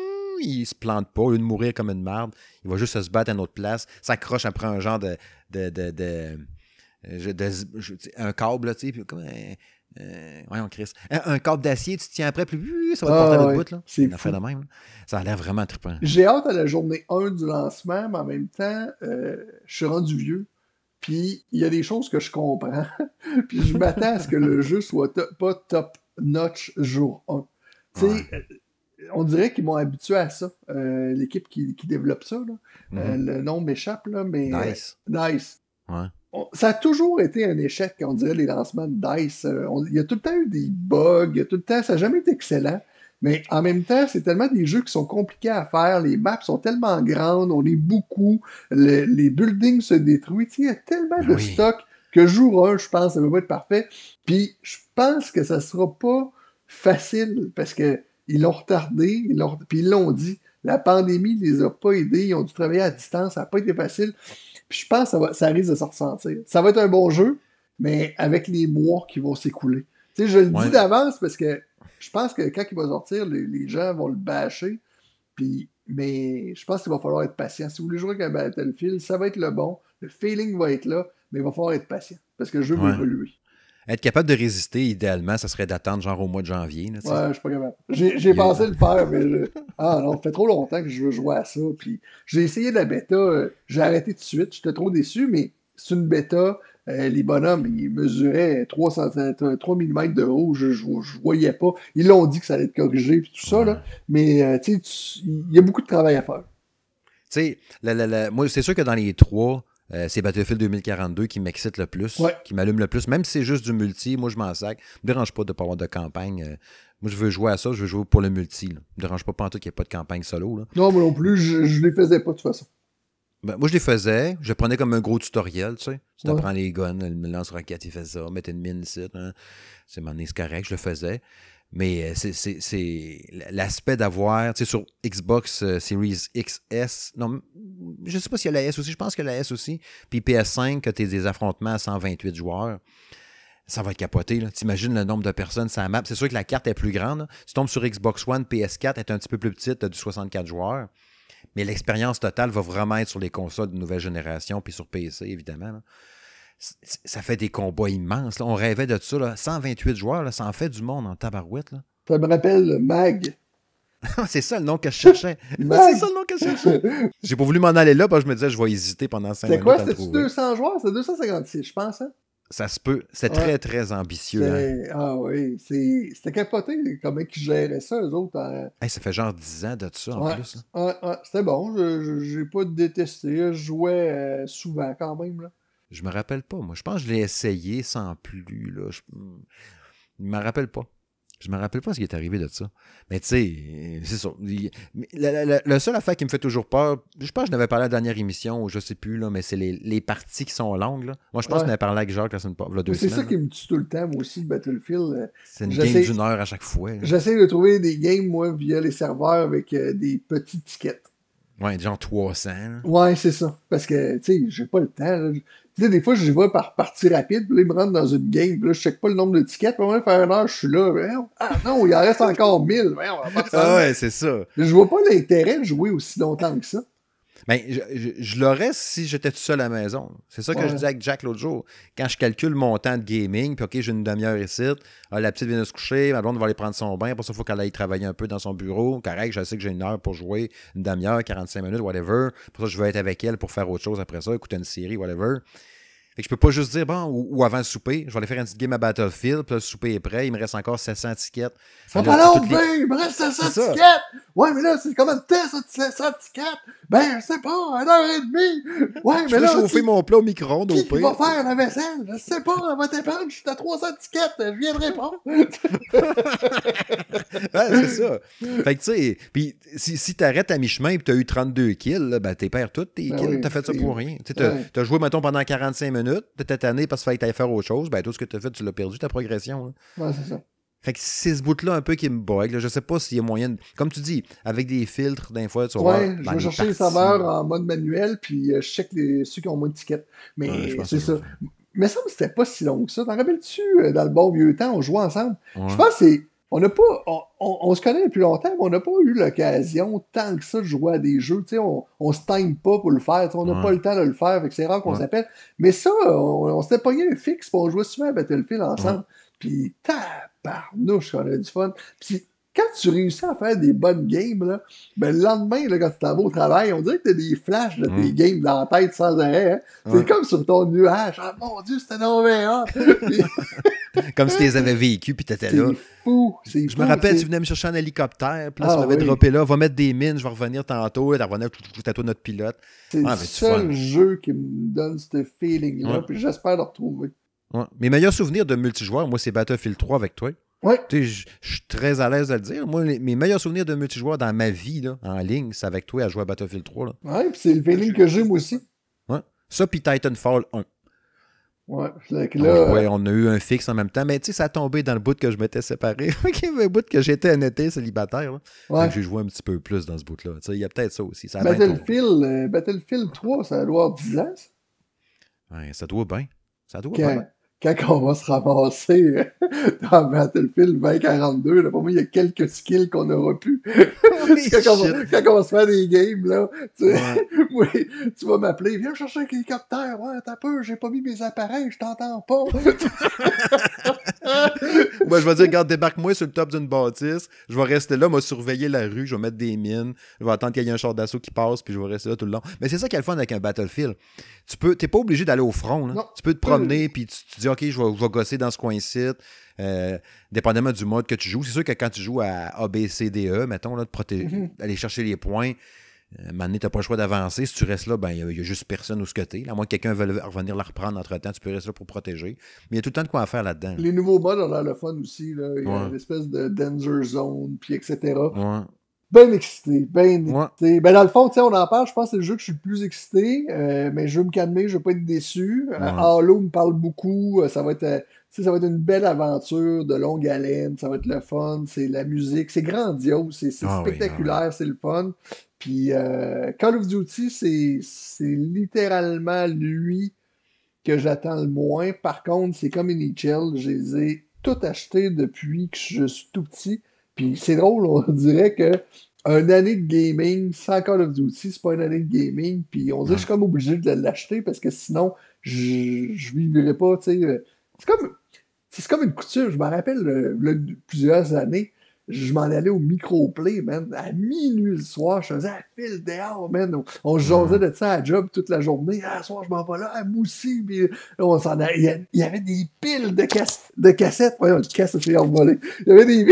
il se plante pas, au lieu de mourir comme une marde, il va juste se battre à une autre place, s'accroche après un genre de. de, de, de, de, de je, un câble, là, tu sais, puis comme un. Euh, voyons, Chris. Un, un câble d'acier, tu te tiens après, puis ça va te porter à Ah l'autre ouais, bout, là. c'est Une fou. affaire de même. Là. Ça a l'air vraiment trippant. J'ai hâte à la journée un du lancement, mais en même temps, euh, je suis rendu vieux. Puis il y a des choses que je comprends. Puis je m'attends à ce que le jeu soit to- pas top notch jour un. Tu Ouais. sais, on dirait qu'ils m'ont habitué à ça. Euh, l'équipe qui, qui développe ça, là. Euh, Mm-hmm. le nom m'échappe, là, mais euh, Nice. Dice. Ouais. On- ça a toujours été un échec, on dirait, les lancements de Dice. Euh, on- il y a tout le temps eu des bugs, il y a tout le temps, ça n'a jamais été excellent. Mais en même temps, c'est tellement des jeux qui sont compliqués à faire, les maps sont tellement grandes, on est beaucoup, le- les buildings se détruisent. Tu sais, il y a tellement Ben de oui. stock que jour un, je pense, ça va pas être parfait. Puis je pense que ça sera pas facile parce que ils l'ont retardé, ils l'ont, puis ils l'ont dit. La pandémie les a pas aidés, ils ont dû travailler à distance, ça n'a pas été facile. Puis je pense que ça, va, ça risque de se ressentir. Ça va être un bon jeu, mais avec les mois qui vont s'écouler. Tu sais, je le dis Ouais. d'avance parce que je pense que quand il va sortir, les, les gens vont le bâcher. Puis, mais je pense qu'il va falloir être patient. Si vous voulez jouer avec un Battlefield, ça va être le bon. Le feeling va être là, mais il va falloir être patient. Parce que le jeu va Ouais. évoluer. Être capable de résister, idéalement, ça serait d'attendre genre au mois de janvier. Là, tu sais. Ouais, je suis pas capable. J'ai, j'ai Il y a- pensé le faire, mais je... Ah non, ça fait trop longtemps que je veux jouer à ça. Puis j'ai essayé la bêta, euh, j'ai arrêté tout de suite, j'étais trop déçu, mais c'est une bêta. Euh, les bonhommes, ils mesuraient trois millimètres de haut, je, je, je voyais pas. Ils l'ont dit que ça allait être corrigé, puis tout ça, Ouais. là. Mais euh, tu sais, tu- il y a beaucoup de travail à faire. Tu sais, la- la- la- moi, c'est sûr que dans les trois, euh, c'est Battlefield deux mille quarante-deux qui m'excite le plus, Ouais. qui m'allume le plus. Même si c'est juste du multi, moi, je m'en sac. Ça me dérange pas de ne pas avoir de campagne. euh, moi, je veux jouer à ça, je veux jouer pour le multi. Là. Ça me dérange pas pantoute qu'il n'y ait pas de campagne solo. Là. Non, moi non plus, je, je les faisais pas de toute façon. Ben, moi, je les faisais. Je prenais comme un gros tutoriel, tu sais. Tu Ouais. t'apprends les guns, le lance-roquette, il fait ça, mettre une mine ici. Hein. C'est, c'est correct, je le faisais. Mais euh, c'est, c'est, c'est l'aspect d'avoir, tu sais, sur Xbox euh, Series X S, non, je sais pas s'il y a la S aussi, je pense qu'il y a la S aussi, puis P S cinq, que tu as des affrontements à cent vingt-huit joueurs, ça va être capoté, là. T'imagines le nombre de personnes sur la map, c'est sûr que la carte est plus grande, là. Tu tombes sur Xbox One, P S quatre, elle est un petit peu plus petite, tu as du soixante-quatre joueurs, mais l'expérience totale va vraiment être sur les consoles de nouvelle génération, puis sur P C, évidemment, là. Ça fait des combats immenses. Là. On rêvait de ça. Là. cent vingt-huit joueurs, là, ça en fait du monde en tabarouette. Là. Ça me rappelle Mag. c'est ça le nom que je cherchais. Mag. c'est ça le nom que je cherchais. J'ai pas voulu m'en aller là parce que je me disais je vais hésiter pendant cinq C'est minutes quoi, à le c'était-tu trouver. deux cents joueurs? C'est deux cent cinquante-six, je pense, hein? Ça se peut. C'est Ouais. très, très ambitieux. Hein. C'est- Ah oui, c'est... c'était capoté comment ils géraient ça, eux autres. en- Hey, ça fait genre dix ans de ça en Ouais, plus. Là. ouais, ouais, c'était bon, je, je- j'ai pas détesté, je jouais euh, souvent quand même, là. Je me rappelle pas. Moi, je pense que je l'ai essayé sans plus. Là. Je ne me rappelle pas. Je me rappelle pas ce qui est arrivé de ça. Mais tu sais, c'est ça. Il, la, la, la, la seule affaire qui me fait toujours peur, je pense que je n'avais parlé à la dernière émission, ou je sais plus, là, mais c'est les, les parties qui sont longues. Là. Moi, je pense Ouais. qu'on avait parlé avec Jacques la semaine passée, là, deux C'est semaines. ça qui me tue tout le temps, moi aussi, Battlefield. euh, C'est une j'essaie- game d'une heure à chaque fois. Là. J'essaie de trouver des games, moi, via les serveurs avec euh, des petits tickets. Ouais, genre trois cents. Là. Ouais, c'est ça. Parce que, tu sais, j'ai pas le temps. là. Tu sais, des fois, je vais par partie rapide, puis là, ils me rentrent dans une game, puis là, je check pas le nombre de tickets, puis à faire une heure, je suis là. Voyons. Ah non, il en reste encore mille. Voyons, on va faire ça. Ah ouais, c'est ça. Je vois pas l'intérêt de jouer aussi longtemps que ça. Ben, je, je, je l'aurais si j'étais tout seul à la maison. C'est ça que Ouais. je disais avec Jack l'autre jour. Quand je calcule mon temps de gaming, puis OK, j'ai une demi-heure ici, ah, la petite vient de se coucher, ma blonde va aller prendre son bain, pour ça, il faut qu'elle aille travailler un peu dans son bureau. Correct, je sais que j'ai une heure pour jouer, une demi-heure, quarante-cinq minutes, whatever. Pour ça, je vais être avec elle pour faire autre chose après ça, écouter une série, whatever. Fait que je peux pas juste dire, bon, ou, ou avant le souper, je vais aller faire une petite game à Battlefield, puis là, le souper est prêt, il me reste encore sept cents tickets. Ça Là, va tu sais, long, toutes les- ben, il me reste sept cents C'est ça. tickets! Ouais, mais là, c'est combien de temps, ça, sept cents tickets? Ben, je sais pas, une heure et demie! Ouais, Je mais peux là, chauffer qui, mon plat au micro-ondes au qui, qui va pire. faire la vaisselle? Je sais pas, elle va t'éprendre, je suis à trois cents tickets, je viendrai pas. Ouais, c'est ça. Fait que, tu sais, puis si, si t'arrêtes à mi-chemin et t'as eu trente-deux kills, là, ben, t'es perds toutes tes Ben kills. oui, T'as fait ça c'est- pour rien. Tu sais, t'as, ouais. t'as joué, mettons, pendant quarante-cinq minutes, t'étais tanné parce qu'il fallait que t'ailles faire autre chose. Ben, tout ce que t'as fait, tu l'as perdu, ta progression. Là. Ouais, c'est ça. Fait que c'est ce bout-là un peu qui me bug. Là. Je sais pas s'il y a moyen de... Comme tu dis, avec des filtres, d'un fois, tu vas voir Ouais, je dans vais les chercher les parties. saveurs en mode manuel, puis euh, je check les, ceux qui ont moins de tickets. Mais Ouais, je pense c'est que je vais ça. faire. Mais ça, c'était pas si long que ça. T'en rappelles-tu, euh, dans le bon vieux temps, on jouait ensemble? Je Ouais. pense que c'est. On n'a pas. On, on- on se connaît depuis longtemps, mais on n'a pas eu l'occasion tant que ça de jouer à des jeux. Tu sais, on, on se time pas pour le faire. Tu sais, on n'a Ouais. pas le temps de le faire, fait que c'est rare qu'on Ouais. s'appelle. Mais ça, on, on s'était pogné un fixe, puis on jouait souvent à Battlefield Ouais. ensemble. Puis tabarnouche, on a du fun. Puis quand tu réussis à faire des bonnes games, là, ben, le lendemain, là, quand tu t'en vas au travail, on dirait que t'as des flashs de tes Ouais. games dans la tête sans arrêt. Hein? C'est Ouais. comme sur ton nuage. Ah mon Dieu, c'était non mais hot. Puis Comme si tu les avais vécus puis t'étais là. c'est fou, c'est Je fou. me rappelle, c'est- tu venais me chercher en hélicoptère, puis là, Ah tu m'avais oui. droppé là, va mettre des mines, je vais revenir tantôt, là, t'en revenais, tout, tout, tout à toi, notre pilote. C'est le Ah, mais du seul fun. jeu qui me donne ce feeling-là, Ouais. puis j'espère le retrouver. Ouais. Mes meilleurs souvenirs de multijoueur, moi, c'est Battlefield trois avec toi. Ouais, Tu sais, je je suis très à l'aise de le dire. Moi, les- mes meilleurs souvenirs de multijoueur dans ma vie, là, en ligne, c'est avec toi à jouer à Battlefield trois. Là. ouais, puis c'est le feeling que j'ai moi aussi. Ouais. Ça, puis Titanfall un. Ouais, fait que On là, jouait, euh, on a eu un fixe en même temps, mais tu sais, ça a tombé dans le bout que je m'étais séparé. Il y avait un bout que j'étais un été célibataire. Là. Fait ouais. que j'ai joué un petit peu plus dans ce bout-là. Tu sais, il y a peut-être ça aussi. Ça a bien tombé. Battlefield, euh, Battlefield trois, ça doit avoir dix ans, ça. Ouais, ça doit bien. Ça doit Quand, bien. quand on va se ramasser euh, dans Battlefield vingt quarante-deux, là, pour moi, il y a quelques skills qu'on n'aura plus. Oui, quand, on va, shit. quand on va se faire des games, là, tu, Ouais. oui, tu vas m'appeler, viens me chercher un hélicoptère, ouais, t'as peur, j'ai pas mis mes appareils, je t'entends pas. Moi, je vais dire, regarde, débarque-moi sur le top d'une bâtisse. Je vais rester là, me surveiller la rue, je vais mettre des mines, je vais attendre qu'il y ait un char d'assaut qui passe, puis je vais rester là tout le long. Mais c'est ça qui est le fun avec un Battlefield. Tu peux, t'es pas obligé d'aller au front. Là. Non. Tu peux te promener, puis tu, tu dis, OK, je vais, je vais gosser dans ce coin-ci. Euh, dépendamment du mode que tu joues. C'est sûr que quand tu joues à A, B, C, D, E, mettons, là, de proté- Mhm. aller chercher les points, euh, à un moment donné, t'as pas le choix d'avancer. Si tu restes là, ben il y, y a juste personne où ce que t'es. À moins que quelqu'un veuille revenir la reprendre entre-temps, tu peux rester là pour protéger. Mais il y a tout le temps de quoi faire là-dedans. Les nouveaux modes ont l'air le fun aussi, là. Il y a Ouais. une espèce de Danger Zone, puis et cetera. Ouais. Ben excité, ben Ouais. excité. Ben dans le fond, tu sais, on en parle, je pense que c'est le jeu que je suis le plus excité, euh, mais je veux me calmer, je veux pas être déçu. Euh, Ouais. Halo me parle beaucoup, euh, ça va être, euh, tu sais, ça va être une belle aventure de longue haleine, ça va être le fun, c'est la musique, c'est grandiose, c'est c'est Ah oui, spectaculaire, ah c'est le fun. Puis euh, Call of Duty, c'est c'est littéralement lui que j'attends le moins. Par contre, c'est comme N H L, je les ai tout achetés depuis que je suis tout petit. Puis c'est drôle, on dirait que une année de gaming sans Call of Duty, c'est pas une année de gaming. Puis on dirait que je suis comme obligé de l'acheter parce que sinon, je, je vivrais pas, tu sais. euh, C'est comme, c'est comme une couture. Je me rappelle, euh, là, plusieurs années, je m'en allais au microplay, man. À minuit le soir, je faisais la file dehors, man. On, on se jasait de ça à la job toute la journée. Ah, ce soir, je m'en vais là, à Moussy. Puis là, on s'en allait. Il y a- il y avait des piles de, casse- de cassettes. Voyons, de cassettes, c'est envolé. Il y avait des.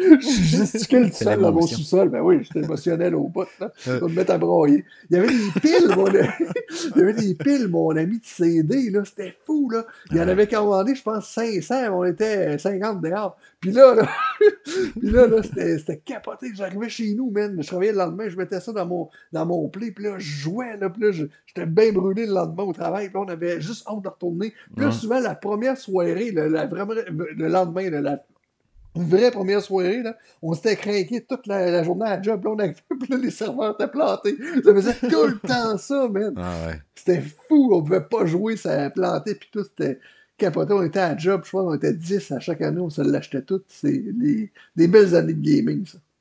Je gesticulais tout C'est seul dans mon l'émotion. sous-sol. Ben oui, j'étais émotionnel au bout, là. Euh. On me mettre à broyer. Il y avait des piles, mon ami. Il y avait des piles, mon ami, de C D, là. C'était fou, là. Il y en Ouais. avait commandé, je pense, cinq cents. On était cinquante dehors. Puis là, là, puis là, là c'était, c'était capoté. J'arrivais chez nous, man. Je travaillais le lendemain, je mettais ça dans mon, dans mon play. Puis là, je jouais, là. Puis là, je- j'étais bien brûlé le lendemain au travail. Puis là, on avait juste hâte de retourner. Puis là, Ouais. souvent, la première soirée, le, la, vraiment, le lendemain, là, la vraie première soirée, là, on s'était craqué toute la, la journée à la job. Là, on avait, puis là, les serveurs étaient plantés. Ça faisait tout le temps ça, man. Ah ouais. C'était fou, on pouvait pas jouer, ça plantait, puis tout, c'était capoté. On était à la job, je crois qu'on était dix à chaque année, on se l'achetait tout. C'est des, des belles années de gaming, ça.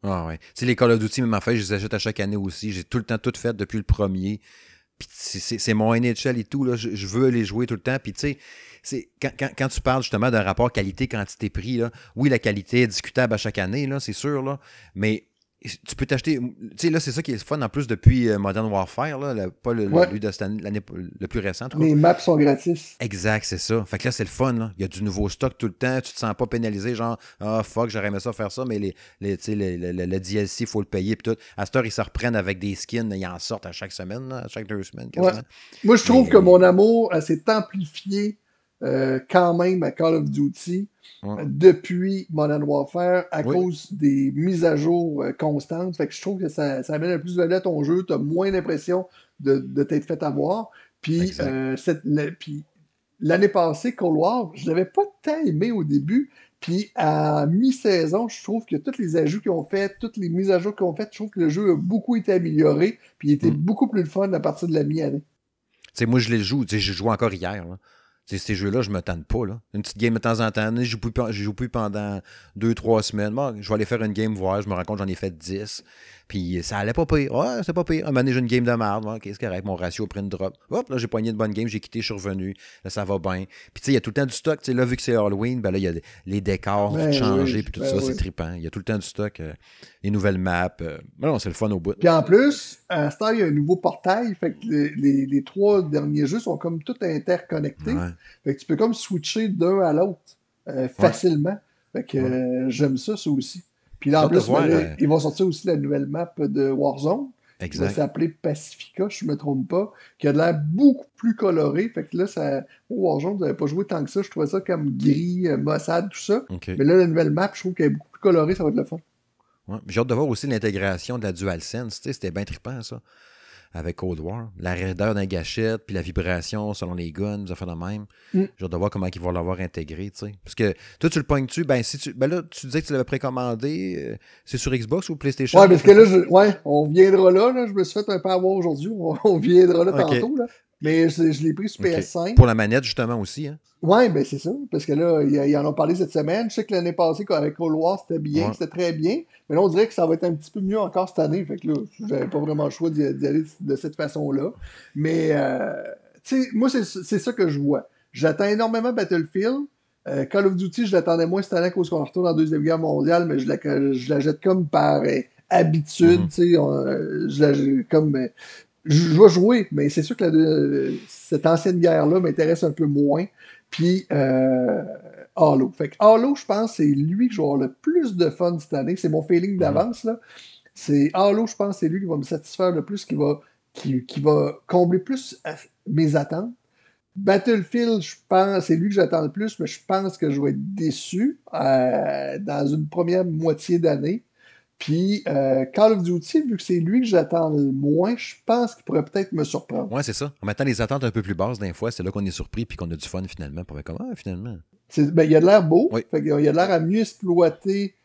Ah ouais. Tu sais, les Call of Duty, même en fait, je les achète à chaque année aussi. J'ai tout le temps tout fait depuis le premier. Puis c'est, c'est- c'est mon N H L et tout, là. Je, je veux les jouer tout le temps. Puis tu sais, c'est, quand, quand, quand tu parles justement d'un rapport qualité-quantité-prix, là, oui, la qualité est discutable à chaque année, là, c'est sûr, là. Mais tu peux t'acheter. Tu sais, là, c'est ça qui est fun en plus depuis euh, Modern Warfare, là, le- pas le, le, Ouais, lui de cette année- l'année le plus récent, en tout cas. les maps sont gratis. Exact, c'est ça. Fait que là, c'est le fun, là. Il y a du nouveau stock tout le temps. Tu te sens pas pénalisé, genre, ah, fuck, j'aurais aimé ça faire ça, mais les, les, tu sais, le, le- le- le D L C, il faut le payer. Puis tout. À cette heure, ils se reprennent avec des skins. Ils en sortent à chaque semaine, là, à chaque deux semaines, Ouais. quasiment. Moi, je trouve que Mais, mon amour elle, s'est amplifié euh, quand même à Call of Duty ouais. euh, depuis Modern Warfare à Oui, cause des mises à jour euh, constantes. Fait que je trouve que ça, ça amène un plus de valeur à ton jeu. Tu as moins l'impression de, de t'être fait avoir. Puis, exact. euh, cette- le- puis l'année passée, Cold War, je l'avais pas tant aimé au début. Puis à mi-saison, je trouve que tous les ajouts qu'ils ont fait, toutes les mises à jour qu'ils ont faites, je trouve que le jeu a beaucoup été amélioré. Puis il était Hmm. beaucoup plus le fun à partir de la mi-année. Tu sais, moi, je les joue. Tu sais, j'ai joué encore hier, là. Tu sais, ces jeux-là, je me tente pas, là. Une petite game de temps en temps. Je joue plus, je joue plus pendant deux, trois semaines. Bon, je vais aller faire une game voir. Je me rends compte que j'en ai fait dix. Puis ça allait pas pire. Ouais, c'est pas pire. Un moment donné, j'ai une game de merde. Ok, c'est correct. Mon ratio a pris une drop. Hop, là, j'ai poigné une bonne game. J'ai quitté, je suis revenu. Là, ça va bien. Puis tu sais, il y a tout le temps du stock. Tu sais, là, vu que c'est Halloween, ben là, il y a les décors, tout Ben changé. oui, Puis tout ben ça, c'est oui. trippant. Il y a tout le temps du stock. euh, les nouvelles maps. Euh, ben non, c'est le fun au bout. Puis en plus, à ce temps, il y a un nouveau portail. Fait que les, les- les trois derniers jeux sont comme tout interconnectés. Ouais. Fait que tu peux comme switcher d'un à l'autre euh, Ouais. facilement. Fait que Ouais. euh, j'aime ça, ça aussi. Puis là, J'ai en hâte de plus, ben voir. là, euh, ils vont sortir aussi la nouvelle map de Warzone, qui va exact. s'appeler Pacifica, si je me trompe pas, qui a de l'air beaucoup plus coloré. Fait que là, ça. Oh, Warzone, vous n'avez pas joué tant que ça. Je trouvais ça comme gris, euh, maussade, tout ça. OK. Mais là, la nouvelle map, je trouve qu'elle est beaucoup plus colorée, ça va être le fun. Ouais. J'ai hâte de voir aussi l'intégration de la DualSense. Tu sais, c'était bien trippant, ça, avec Cold War. La raideur d'un gâchette, puis la vibration selon les guns, ça fait de même. Mm. J'ai hâte de voir comment ils vont l'avoir intégré, tu sais. Parce que toi, tu le pognes-tu, ben, si tu. Ben là, tu disais que tu l'avais précommandé. euh, c'est sur Xbox ou PlayStation? Ouais, Là, parce tu que le là, fais? je, ouais, on viendra là, là. Je me suis fait un peu avoir aujourd'hui. On, on viendra là OK. tantôt, là. Mais je, je l'ai pris sur OK. P S cinq. Pour la manette, justement, aussi, hein? Ouais, ben c'est ça. Parce que là, ils ils en ont parlé cette semaine. Je sais que l'année passée, avec Cold War, c'était bien, Ouais. c'était très bien. Mais là, on dirait que ça va être un petit peu mieux encore cette année. Fait que là, j'avais pas vraiment le choix d'y d'y aller de cette façon-là. Mais, euh, tu sais, moi, c'est c'est ça que je vois. J'attends énormément Battlefield. Euh, Call of Duty, je l'attendais moins cette année à cause qu'on retourne en Deuxième Guerre mondiale, mais je la, je la jette comme par euh, habitude, Mhm. tu sais. on- euh, je la- comme, euh, je je vais jouer, mais c'est sûr que la- euh, cette ancienne guerre-là m'intéresse un peu moins. Puis, euh, Halo. Fait que Halo, je pense, c'est lui que je vais avoir le plus de fun cette année. C'est mon feeling Mhm. d'avance, là. C'est Halo, je pense, c'est lui qui va me satisfaire le plus, qui va, qui, qui va combler plus à- mes attentes. Battlefield, je pense, c'est lui que j'attends le plus, mais je pense que je vais être déçu euh, dans une première moitié d'année. Puis euh, Call of Duty, vu que c'est lui que j'attends le moins, je pense qu'il pourrait peut-être me surprendre. Ouais, c'est ça. En mettant les attentes un peu plus basses, d'un fois, c'est là qu'on est surpris puis qu'on a du fun, finalement. Puis on fait comme, ah, finalement. C'est- Ben, il a de l'air beau, Oui. fait qu'il a il a de l'air à mieux exploiter.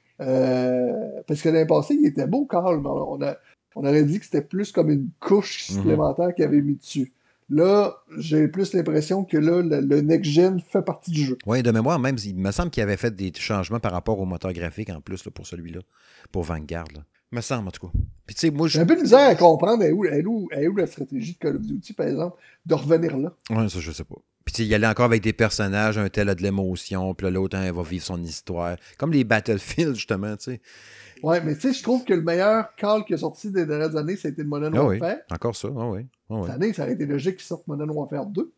euh, parce que l'année passée, il était beau, Carl, mais on, a, on aurait dit que c'était plus comme une couche Mhm. supplémentaire qu'il avait mis dessus. Là, j'ai plus l'impression que là, le, le next-gen fait partie du jeu. Oui, de mémoire, même, il me semble qu'il avait fait des changements par rapport au moteur graphique en plus là, pour celui-là, pour Vanguard. Là. Il me semble, en tout cas. Puis, tu sais, moi, je. J'ai un peu de misère à comprendre elle est où, elle est où, elle est où la stratégie de Call of Duty, par exemple, de revenir là. Ouais, ça, je sais pas. Puis, tu sais, il y allait encore avec des personnages, un tel a de l'émotion, puis là, l'autre, hein, il va vivre son histoire. Comme les Battlefield, justement, tu sais. Ouais, mais tu sais, je trouve que le meilleur call qui est sorti des dernières années, c'était le Modern Ah oui, Warfare. encore ça, ah oui, ah oui. Cette année, ça aurait été logique qu'ils sortent Modern Warfare deux.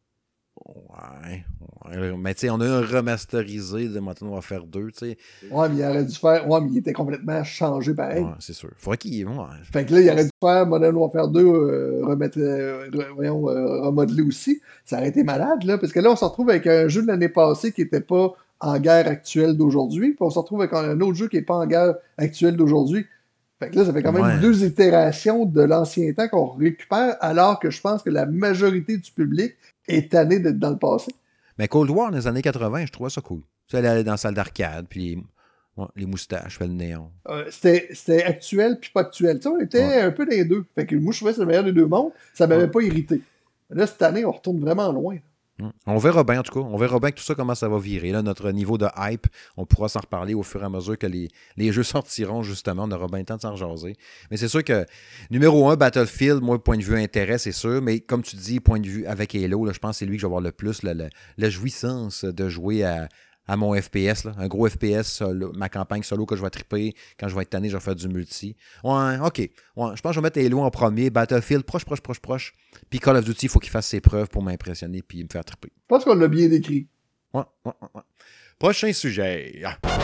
Ouais, ouais. Mais tu sais, on a un remasterisé de Modern Warfare deux, tu sais. Ouais, mais il aurait dû faire. Ouais, mais il était complètement changé pareil. Ouais, c'est sûr. Faudrait qu'il. Ouais. Fait que là, il aurait dû faire Modern Warfare deux, euh, remettre, euh, re- voyons, euh, remodeler aussi. Ça aurait été malade, là. Parce que là, on se retrouve avec un jeu de l'année passée qui n'était pas en guerre actuelle d'aujourd'hui. Puis on se retrouve avec un autre jeu qui n'est pas en guerre actuelle d'aujourd'hui. Fait que là, ça fait quand même Ouais. deux itérations de l'ancien temps qu'on récupère, alors que je pense que la majorité du public est tanné d'être dans le passé. Mais Cold War, dans les années quatre-vingts, je trouvais ça cool. Tu sais, aller dans la salle d'arcade, puis les, ouais, les moustaches, fait le néon. Euh, c'était c'était actuel puis pas actuel. Tu sais, on était Ouais. un peu dans les deux. Fait que moi, je trouvais que c'est le meilleur des deux mondes. Ça m'avait Ouais. pas irrité. Là, cette année, on retourne vraiment loin. On verra bien, en tout cas. On verra bien que tout ça, comment ça va virer. Là, notre niveau de hype, on pourra s'en reparler au fur et à mesure que les, les jeux sortiront, justement. On aura bien le temps de s'en rejaser. Mais c'est sûr que, numéro un, Battlefield, moi, point de vue intérêt, c'est sûr. Mais comme tu dis, point de vue avec Halo, là, je pense que c'est lui que je vais avoir le plus la, la, la jouissance de jouer à, à mon F P S. Là. Un gros F P S, solo, ma campagne solo que je vais triper. Quand je vais être tanné, je vais faire du multi. Ouais, OK. Ouais, je pense que je vais mettre Halo en premier. Battlefield, proche, proche, proche, proche. Puis Call of Duty, il faut qu'il fasse ses preuves pour m'impressionner puis me faire triper. Je pense qu'on l'a bien décrit. Ouais, ouais, ouais. Prochain sujet.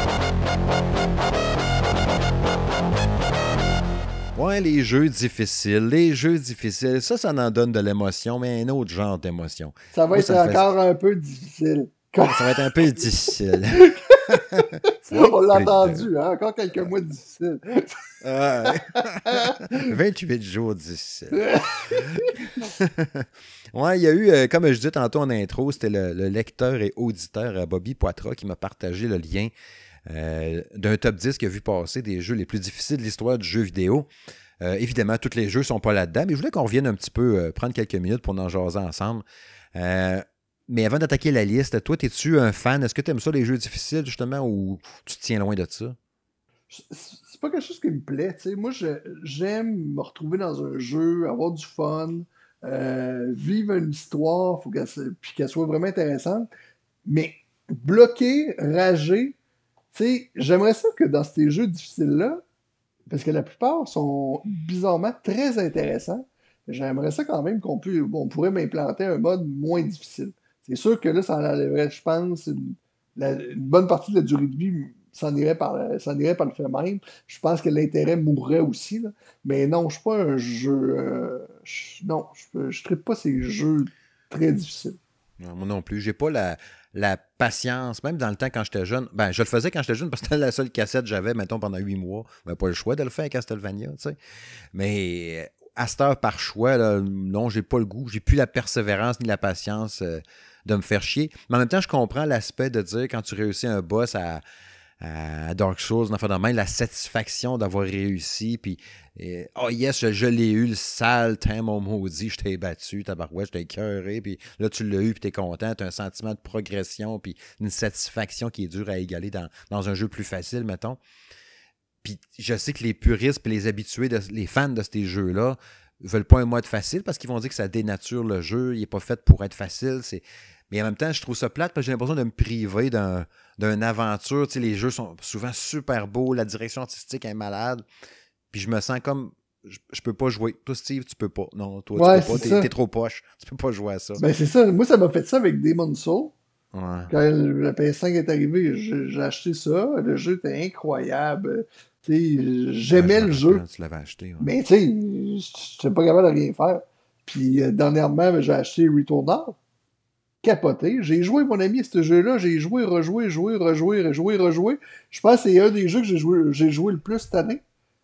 Ouais, les jeux difficiles. Les jeux difficiles, ça, ça en donne de l'émotion, mais un autre genre d'émotion. Ça va Moi, être ça encore fait... un peu difficile. Ouais, ça va être un peu difficile. On l'a entendu, hein? Encore quelques mois difficiles. Euh, vingt-huit jours difficiles. Ouais, il y a eu, euh, comme je disais tantôt en intro, c'était le, le lecteur et auditeur euh, Bobby Poitras qui m'a partagé le lien euh, d'un top dix qu'il a vu passer des jeux les plus difficiles de l'histoire du jeu vidéo. Euh, évidemment, tous les jeux ne sont pas là-dedans, mais je voulais qu'on revienne un petit peu, euh, prendre quelques minutes pour en jaser ensemble. Euh, Mais avant d'attaquer la liste, toi, es-tu un fan? Est-ce que tu aimes ça, les jeux difficiles, justement, ou tu te tiens loin de ça? C'est pas quelque chose qui me plaît. T'sais. Moi, je, j'aime me retrouver dans un jeu, avoir du fun, euh, vivre une histoire, faut qu'elle, puis qu'elle soit vraiment intéressante. Mais bloquer, rager, t'sais, j'aimerais ça que dans ces jeux difficiles-là, parce que la plupart sont bizarrement très intéressants, j'aimerais ça quand même qu'on peut, on pourrait m'implanter un mode moins difficile. C'est sûr que là, ça enlèverait, je pense, une, la, une bonne partie de la durée de vie s'en irait par, s'en irait par le fait même. Je pense que l'intérêt mourrait aussi. Là. Mais non, je ne suis pas un jeu... Euh, je, non, je ne tripe pas ces jeux très difficiles. Non, moi non plus. J'ai pas la, la patience. Même dans le temps, quand j'étais jeune... Ben, je le faisais quand j'étais jeune parce que c'était la seule cassette que j'avais, mettons, pendant huit mois. Ben, pas le choix de le faire à Castlevania, tu sais. Mais à cette heure, par choix, là, non, j'ai pas le goût. J'ai plus la persévérance ni la patience... Euh, de me faire chier. Mais en même temps, je comprends l'aspect de dire quand tu réussis un boss à, à Dark Souls, enfin, dans même la satisfaction d'avoir réussi, puis et, oh yes, je, je l'ai eu, le sale temps, mon maudit, je t'ai battu, tabarouette, je t'ai écœuré, puis là, tu l'as eu, puis t'es content, t'as un sentiment de progression, puis une satisfaction qui est dure à égaler dans, dans un jeu plus facile, mettons. Puis je sais que les puristes et les habitués, de, les fans de ces jeux-là, veulent pas un mode facile parce qu'ils vont dire que ça dénature le jeu, il n'est pas fait pour être facile. C'est... Mais en même temps, je trouve ça plate parce que j'ai l'impression de me priver d'un, d'une aventure. Tu sais, les jeux sont souvent super beaux, la direction artistique est malade. Puis je me sens comme, je, je peux pas jouer. Toi, Steve, tu peux pas. Non, toi, ouais, tu peux pas. T'es, t'es trop poche. Tu peux pas jouer à ça. Ben, c'est ça. Moi, ça m'a fait ça avec Demon's Souls. Ouais. Quand la P S cinq est arrivée, j'ai, j'ai acheté ça. Le jeu était incroyable. T'sais, j'aimais ouais, le jeu. Tu l'avais acheté. Ouais. Mais tu sais, je n'étais pas capable de rien faire. Puis euh, dernièrement, j'ai acheté Returnal. Capoté. J'ai joué, mon ami, à ce jeu-là. J'ai joué, rejoué, joué, rejoué, rejoué, rejoué. Je pense que c'est un des jeux que j'ai joué, j'ai joué le plus cette année.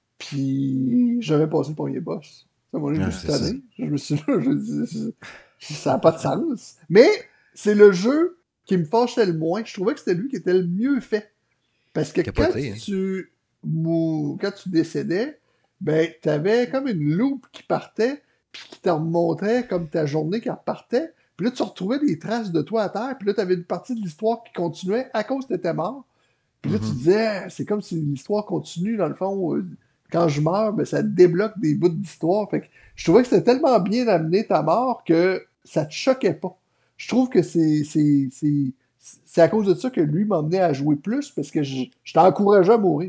Puis j'avais passé le premier boss. Ça m'a ah, cette année. Je me suis dit, je me dis, ça n'a pas de sens. Mais c'est le jeu qui me fâchait le moins. Je trouvais que c'était lui qui était le mieux fait. Parce que Capoté, quand tu mou... quand tu décédais, ben, tu avais comme une loupe qui partait, puis qui te remontrait comme ta journée qui repartait. Puis là, tu retrouvais des traces de toi à terre, puis là, tu avais une partie de l'histoire qui continuait à cause que tu étais mort. Puis là, mm-hmm. tu disais, c'est comme si l'histoire continue, dans le fond. Quand je meurs, ben, ça débloque des bouts d'histoire. Fait que je trouvais que c'était tellement bien amené ta mort que ça te choquait pas. Je trouve que c'est, c'est, c'est, c'est à cause de ça que lui m'a amené à jouer plus, parce que je, je t'encourageais à mourir.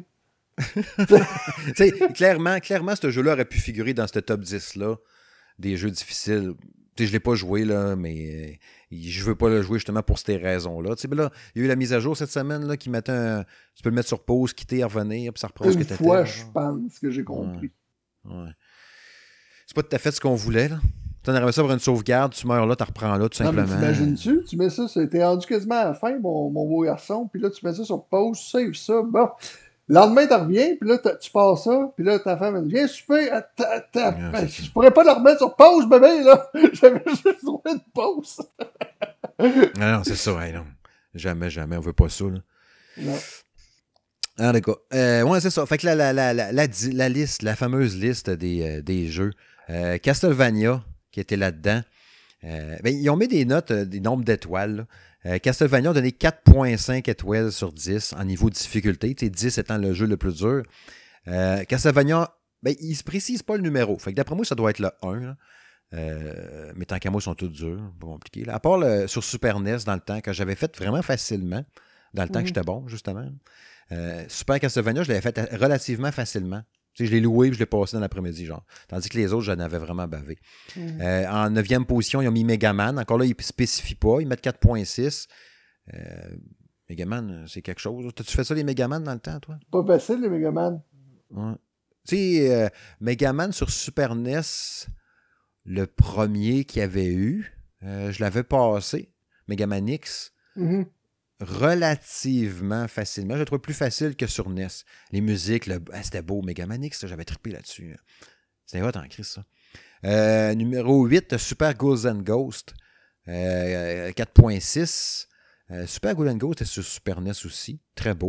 clairement, clairement, ce jeu-là aurait pu figurer dans ce top dix-là des jeux difficiles. T'sais, je ne l'ai pas joué, là, mais je veux pas le jouer justement pour ces raisons-là. T'sais, ben là, il y a eu la mise à jour cette semaine là, qui mettait un. Tu peux le mettre sur pause, quitter, revenir, puis ça reprend Une ce que tu étais. Une fois, je pense que j'ai compris. Ouais. ouais. C'est pas tout à fait ce qu'on voulait, là. Tu en arrives ça pour une sauvegarde, tu meurs là, tu reprends là, tout non, simplement. Mais t'imagines-tu? Tu mets ça, t'es rendu quasiment à la fin, mon, mon beau garçon, puis là, tu mets ça sur pause, save ça, bon. Le lendemain, tu reviens, puis là, tu pars ça, puis là, ta femme, elle dit, viens souper, attends, attends, ah, ben, je pourrais pas le remettre sur pause, bébé, là. J'avais juste trouvé une pause. non, non, c'est ça, ouais, non. Jamais, jamais, on veut pas ça, là. Non. Ah, d'accord. Euh, ouais, c'est ça. Fait que la, la, la, la, la, la liste, la fameuse liste des, euh, des jeux. Euh, Castlevania, qui était là-dedans. Euh, ben, ils ont mis des notes, euh, des nombres d'étoiles. Euh, Castlevania a donné quatre virgule cinq étoiles sur dix en niveau de difficulté, dix étant le jeu le plus dur. Euh, Castlevania, ben, il ne se précise pas le numéro. Fait que d'après moi, ça doit être le un. Là. Euh, mais tant qu'à moi, ils sont tous durs. Pas compliqué. Là. À part le, sur Super N E S, dans le temps, que j'avais fait vraiment facilement, dans le temps mm-hmm. que j'étais bon, justement. Euh, Super Castlevania, je l'avais fait relativement facilement. Tu sais, je l'ai loué et je l'ai passé dans l'après-midi, genre. Tandis que les autres, j'en avais vraiment bavé. Mm. Euh, en neuvième position, ils ont mis Megaman. Encore là, ils ne spécifient pas. Ils mettent quatre virgule six. Euh, Megaman, c'est quelque chose. T'as-tu fait ça, les Megaman, dans le temps, toi? Pas facile, les Megaman. Ouais. Tu sais, euh, Megaman sur Super N E S, le premier qu'il y avait eu, euh, je l'avais passé. Megaman X. Mm-hmm. Relativement facilement. Je le trouve plus facile que sur N E S. Les musiques, le... ah, c'était beau. Megaman X, j'avais trippé là-dessus. C'était hot en crise, ça. Euh, numéro huit, Super Ghouls and Ghosts. Euh, quatre virgule six. Euh, Super Ghouls and Ghosts est sur Super N E S aussi. Très beau.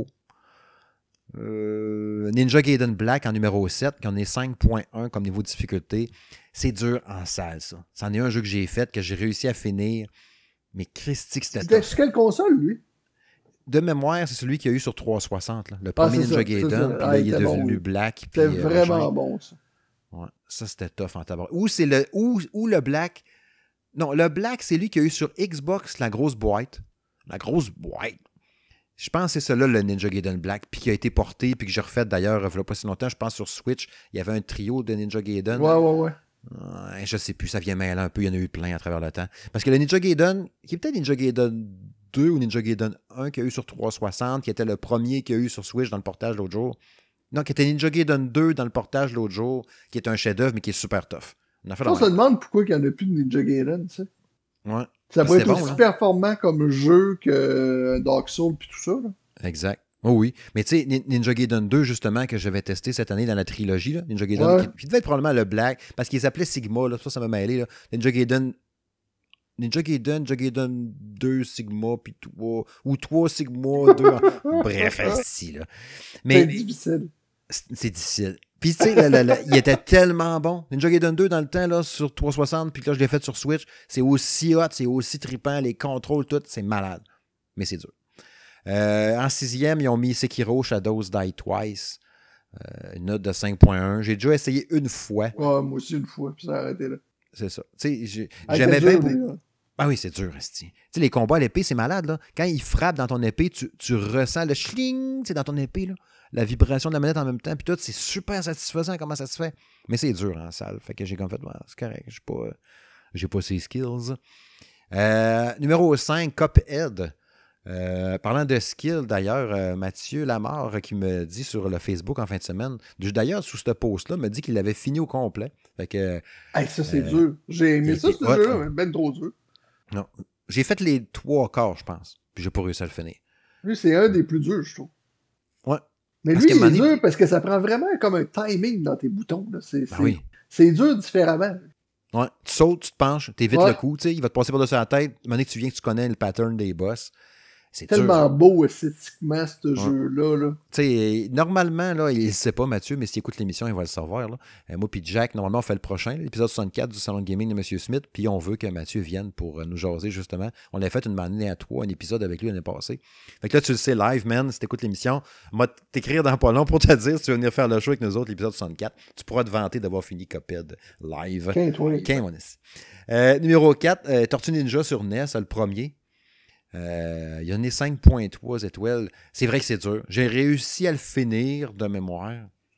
Euh, Ninja Gaiden Black en numéro sept, qui en est cinq virgule un comme niveau de difficulté. C'est dur en salle, ça. C'en est un jeu que j'ai fait, que j'ai réussi à finir. Mais Christy, c'était C'était sur quelle console, lui? De mémoire, c'est celui qu'il y a eu sur trois cent soixante. Là. Le premier ah, Ninja ça, Gaiden, puis là, ah, il est devenu bon, Black. C'était euh, vraiment bon, ça. Ouais, ça, c'était tough en tabac. Ou c'est le, ou, ou le Black... Non, le Black, c'est lui qui a eu sur Xbox la grosse boîte. La grosse boîte. Je pense que c'est celui-là, le Ninja Gaiden Black, puis qui a été porté, puis que j'ai refait d'ailleurs, il n'y a pas si longtemps, je pense sur Switch, il y avait un trio de Ninja Gaiden. Ouais, ouais, ouais. Ouais, je sais plus, ça vient mêler un peu, il y en a eu plein à travers le temps. Parce que le Ninja Gaiden, qui est peut-être Ninja Gaiden deux ou Ninja Gaiden un qu'il y a eu sur trois cent soixante, qui était le premier qu'il y a eu sur Switch dans le portage l'autre jour. Non, qui était Ninja Gaiden deux dans le portage l'autre jour, qui est un chef-d'œuvre, mais qui est super tough. On, on se demande pourquoi il n'y en a plus de Ninja Gaiden, tu sais. Ouais. Ça pourrait être bon, aussi là. Performant comme jeu que Dark Souls puis tout ça. Là. Exact. Oh oui. Mais tu sais, Ninja Gaiden deux, justement, que j'avais testé cette année dans la trilogie, là, Ninja Gaiden, ouais. qui, qui devait être probablement le Black, parce qu'ils s'appelaient Sigma, là, ça, ça m'a mêlé. Là. Ninja Gaiden. Ninja Gaiden, Ninja Gaiden deux Sigma, puis trois, ou trois Sigma, deux. En... Bref, ici, là. Mais, c'est difficile. C'est, c'est difficile. Puis, tu sais, il était tellement bon. Ninja Gaiden deux, dans le temps, là, sur trois cent soixante, puis là, je l'ai fait sur Switch. C'est aussi hot, c'est aussi trippant, les contrôles, tout, c'est malade. Mais c'est dur. Euh, en sixième, ils ont mis Sekiro Shadows Die Twice. Euh, une note de cinq virgule un. J'ai déjà essayé une fois. Ouais, moi aussi, une fois, puis ça a arrêté là. C'est ça. Tu sais, j'aimais bien beaucoup. Ah oui, c'est dur, Esti. Tu sais, les combats à l'épée, c'est malade, là. Quand il frappe dans ton épée, tu, tu ressens le schling, tu sais, dans ton épée, là. La vibration de la manette en même temps, puis tout, c'est super satisfaisant comment ça se fait. Mais c'est dur en salle. Fait que j'ai comme fait, ouais, c'est correct, j'ai pas, j'ai pas ces skills. Euh, numéro cinq, Cuphead. Euh, parlant de skill, d'ailleurs, euh, Mathieu Lamarre qui me dit sur le Facebook en fin de semaine, d'ailleurs, sous ce post-là, me dit qu'il l'avait fini au complet. Fait que, hey, ça, c'est euh, dur. J'ai aimé ça, ce ouais, jeu-là, mais ben trop dur. Non. J'ai fait les trois quarts, je pense, puis j'ai pas réussi à le finir. Lui, c'est un des plus durs, je trouve. Ouais. Mais parce lui, il est dur est... parce que ça prend vraiment comme un timing dans tes boutons. Là. C'est, ben c'est... Oui. c'est dur différemment. Ouais. Tu sautes, tu te penches, t'évites ouais. le coup, tu sais, il va te passer par-dessus la tête. À un moment donné que tu viens que tu connais le pattern des boss. C'est tellement dur. beau esthétiquement, ce ouais. jeu-là. Là. Tu sais, normalement, là, il ne sait pas, Mathieu, mais s'il écoute l'émission, il va le savoir. Là. Euh, moi puis Jack, normalement, on fait le prochain, l'épisode soixante-quatre du Salon de Gaming de M. Smith, puis on veut que Mathieu vienne pour euh, nous jaser, justement. On a fait une année à trois, un épisode avec lui l'année passée. Fait que là, tu le sais, live, man, si tu écoutes l'émission, on va t'écrire dans pas long pour te dire si tu veux venir faire le show avec nous autres, l'épisode soixante-quatre. Tu pourras te vanter d'avoir fini Cuphead live. Quinte, oui. Quinte, euh, numéro quatre, euh, Tortue Ninja sur N E S, le premier. Euh, il y en a cinq virgule trois étoiles. C'est vrai que c'est dur. J'ai réussi à le finir de mémoire.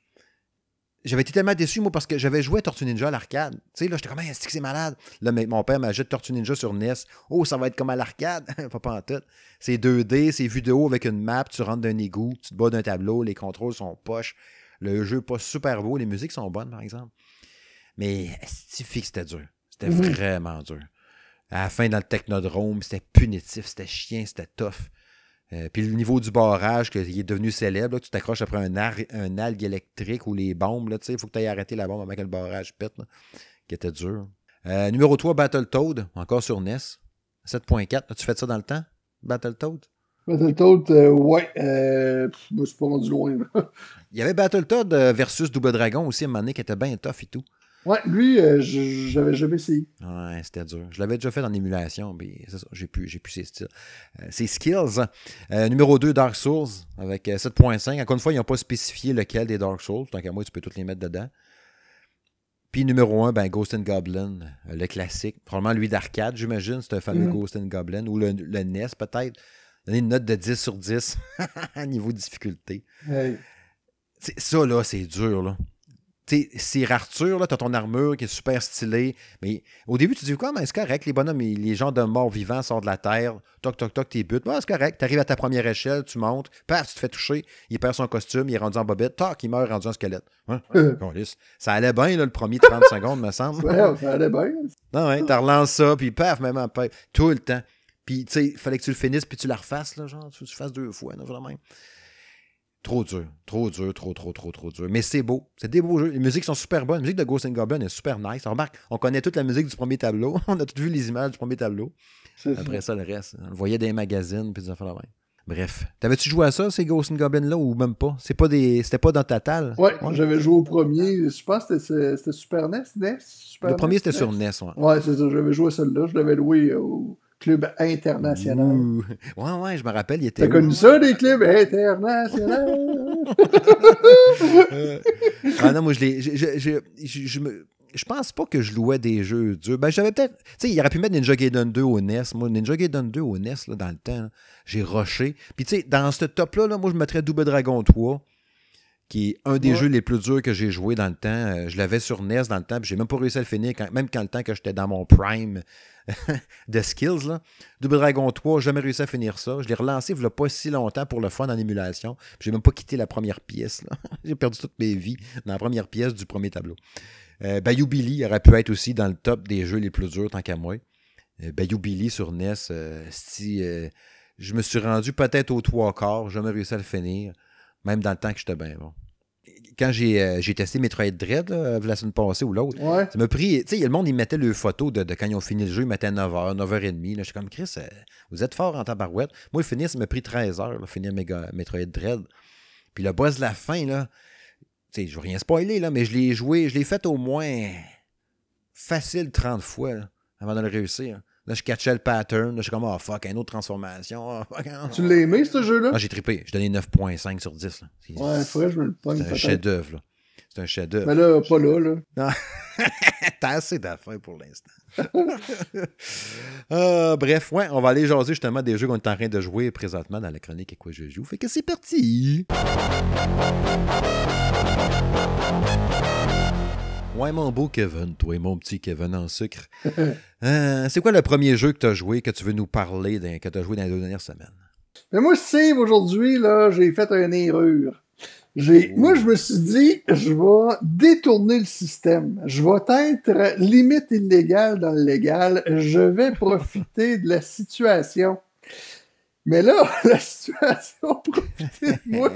J'avais été tellement déçu, moi, parce que j'avais joué à Tortue Ninja à l'arcade. Tu sais, là, j'étais comme, est-ce que c'est malade? Là, mon père m'a jeté Tortue Ninja sur N E S. Oh, ça va être comme à l'arcade. Pas pas en tout. C'est deux D, c'est vu de haut avec une map. Tu rentres d'un égout, tu te bats d'un tableau, les contrôles sont poches. Le jeu n'est pas super beau. Les musiques sont bonnes, par exemple. Mais, est-ce que c'était dur? C'était mmh. vraiment dur. À la fin, dans le Technodrome, c'était punitif, c'était chiant, c'était tough. Euh, puis le niveau du barrage, qui est devenu célèbre, là, tu t'accroches après un, ar- un algue électrique ou les bombes, il faut que tu ailles arrêter la bombe avant que le barrage pète, là, qui était dur. Euh, numéro trois, Battletoad, encore sur N E S. sept virgule quatre. As-tu fait ça dans le temps, Battletoad? Battletoad, euh, ouais. Euh, pff, moi, je suis pas rendu loin. Il y avait Battletoad versus Double Dragon aussi, à un moment donné, qui était bien tough et tout. Ouais, lui, euh, je- j'avais jamais essayé. Ouais, c'était dur. Je l'avais déjà fait en émulation, mais c'est ça, j'ai plus, j'ai plus ses styles. Euh, ses skills. Euh, numéro deux, Dark Souls, avec euh, sept point cinq. Encore une fois, ils n'ont pas spécifié lequel des Dark Souls. Tant qu'à moi, tu peux tous les mettre dedans. Puis numéro un, ben, Ghost and Goblin, euh, le classique. Probablement lui d'arcade, j'imagine. C'est un fameux Mhm. Ghost and Goblin. Ou le, le N E S, peut-être. Donner une note de dix sur dix à niveau de difficulté. Hey. C'est- ça, là, c'est dur, là. Tu sais, c'est Arthur, là, t'as ton armure qui est super stylée, mais au début, tu te dis, quoi, mais c'est correct, les bonhommes, ils- les gens de morts vivants sortent de la terre, toc, toc, toc, t'es buts. Ouais, c'est correct, t'arrives à ta première échelle, tu montes, paf, tu te fais toucher, il perd son costume, il est rendu en bobette, toc, il meurt rendu en squelette. Hein? Câlisse. Ça allait bien, là, le premier trente secondes, me semble. Ouais, ça allait bien. Non, ouais, t'as relancé ça, puis paf, même en paix, tout le temps. Puis, tu sais, il fallait que tu le finisses, puis tu la refasses, là, genre, tu le fasses deux fois, là, vraiment. Trop dur, trop dur, trop, trop, trop, trop dur. Mais c'est beau. C'est des beaux jeux. Les musiques sont super bonnes. La musique de Ghost and Goblin est super nice. On remarque, on connaît toute la musique du premier tableau. On a toutes vu les images du premier tableau. C'est Après ça. ça, le reste, on le voyait dans les magazines puis des affaires là même. Bref. T'avais-tu joué à ça, ces Ghost and Goblin-là, ou même pas? C'est pas des. C'était pas dans Total? Ouais, Ouais. j'avais joué au premier. Je pense que c'était c'était Super N E S, N E S? Le Super premier, N E S, c'était sur N E S? N E S, ouais. Ouais, c'est ça. J'avais joué à celui-là. Je l'avais loué au club international. Ouh. Ouais, ouais, je me rappelle, il était T'as où? connu ça, les clubs internationaux? Euh, ah non, moi, je l'ai. Je, je, je, je, je me. Je pense pas que je louais des jeux durs. Ben, j'avais peut-être. Tu sais, il aurait pu mettre Ninja Gaiden deux au N E S. Moi, Ninja Gaiden deux au N E S, là, dans le temps, là, j'ai rushé. Puis, tu sais, dans ce top-là, là, moi, je mettrais Double Dragon trois, qui est un des Ouais. jeux les plus durs que j'ai joué dans le temps. Euh, je l'avais sur N E S dans le temps, puis j'ai même pas réussi à le finir, quand, même quand le temps que j'étais dans mon prime de skills. Là. Double Dragon trois, j'ai jamais réussi à finir ça. Je l'ai relancé il y a pas si longtemps pour le fun en émulation. Puis j'ai même pas quitté la première pièce. Là. J'ai perdu toutes mes vies dans la première pièce du premier tableau. Euh, Bayou Billy aurait pu être aussi dans le top des jeux les plus durs, tant qu'à moi. Euh, Bayou Billy sur N E S, euh, si, euh, je me suis rendu peut-être aux trois quarts, j'ai jamais réussi à le finir, même dans le temps que j'étais bien bon. Quand j'ai, euh, j'ai testé Metroid Dread, là, la semaine passée ou l'autre, Ouais. ça m'a pris. Tu sais, le monde, il mettait le photo de, de quand ils ont fini le jeu, ils mettaient neuf heures, neuf heures trente. Là, j'étais comme, Chris, euh, vous êtes fort en tabarouette. Moi, finir, ça m'a pris treize heures, là, finir Mega, Metroid Dread. Puis le boss de la fin, là, tu sais, je veux rien spoiler, là, mais je l'ai joué, je l'ai fait au moins facile trente fois là, avant de le réussir. Là, je catchais le pattern. Là, je suis comme, oh fuck, une autre transformation. Oh, fuck, oh. Tu l'as aimé, ce jeu-là? Ah, j'ai trippé. J'ai donné neuf virgule cinq sur dix. Là. C'est, Ouais, il faudrait que je me le pogne, c'est un peut-être. chef-d'œuvre. Là. C'est un chef-d'œuvre. Mais là, pas là, là. Non. T'as assez d'affaires pour l'instant. euh, bref, ouais, on va aller jaser justement des jeux qu'on est en train de jouer présentement dans la chronique et quoi je joue. Fait que c'est parti! Ouais, mon beau Kevin, toi et mon petit Kevin en sucre. Euh, c'est quoi le premier jeu que tu as joué, que tu veux nous parler, d'un- que tu as joué dans les deux dernières semaines? Mais moi, Steve, aujourd'hui, là, j'ai fait une erreur. J'ai, Ouh. moi, je me suis dit, je vais détourner le système. Je vais être limite illégal dans le légal. Je vais profiter de la situation. Mais là, la situation profite de moi.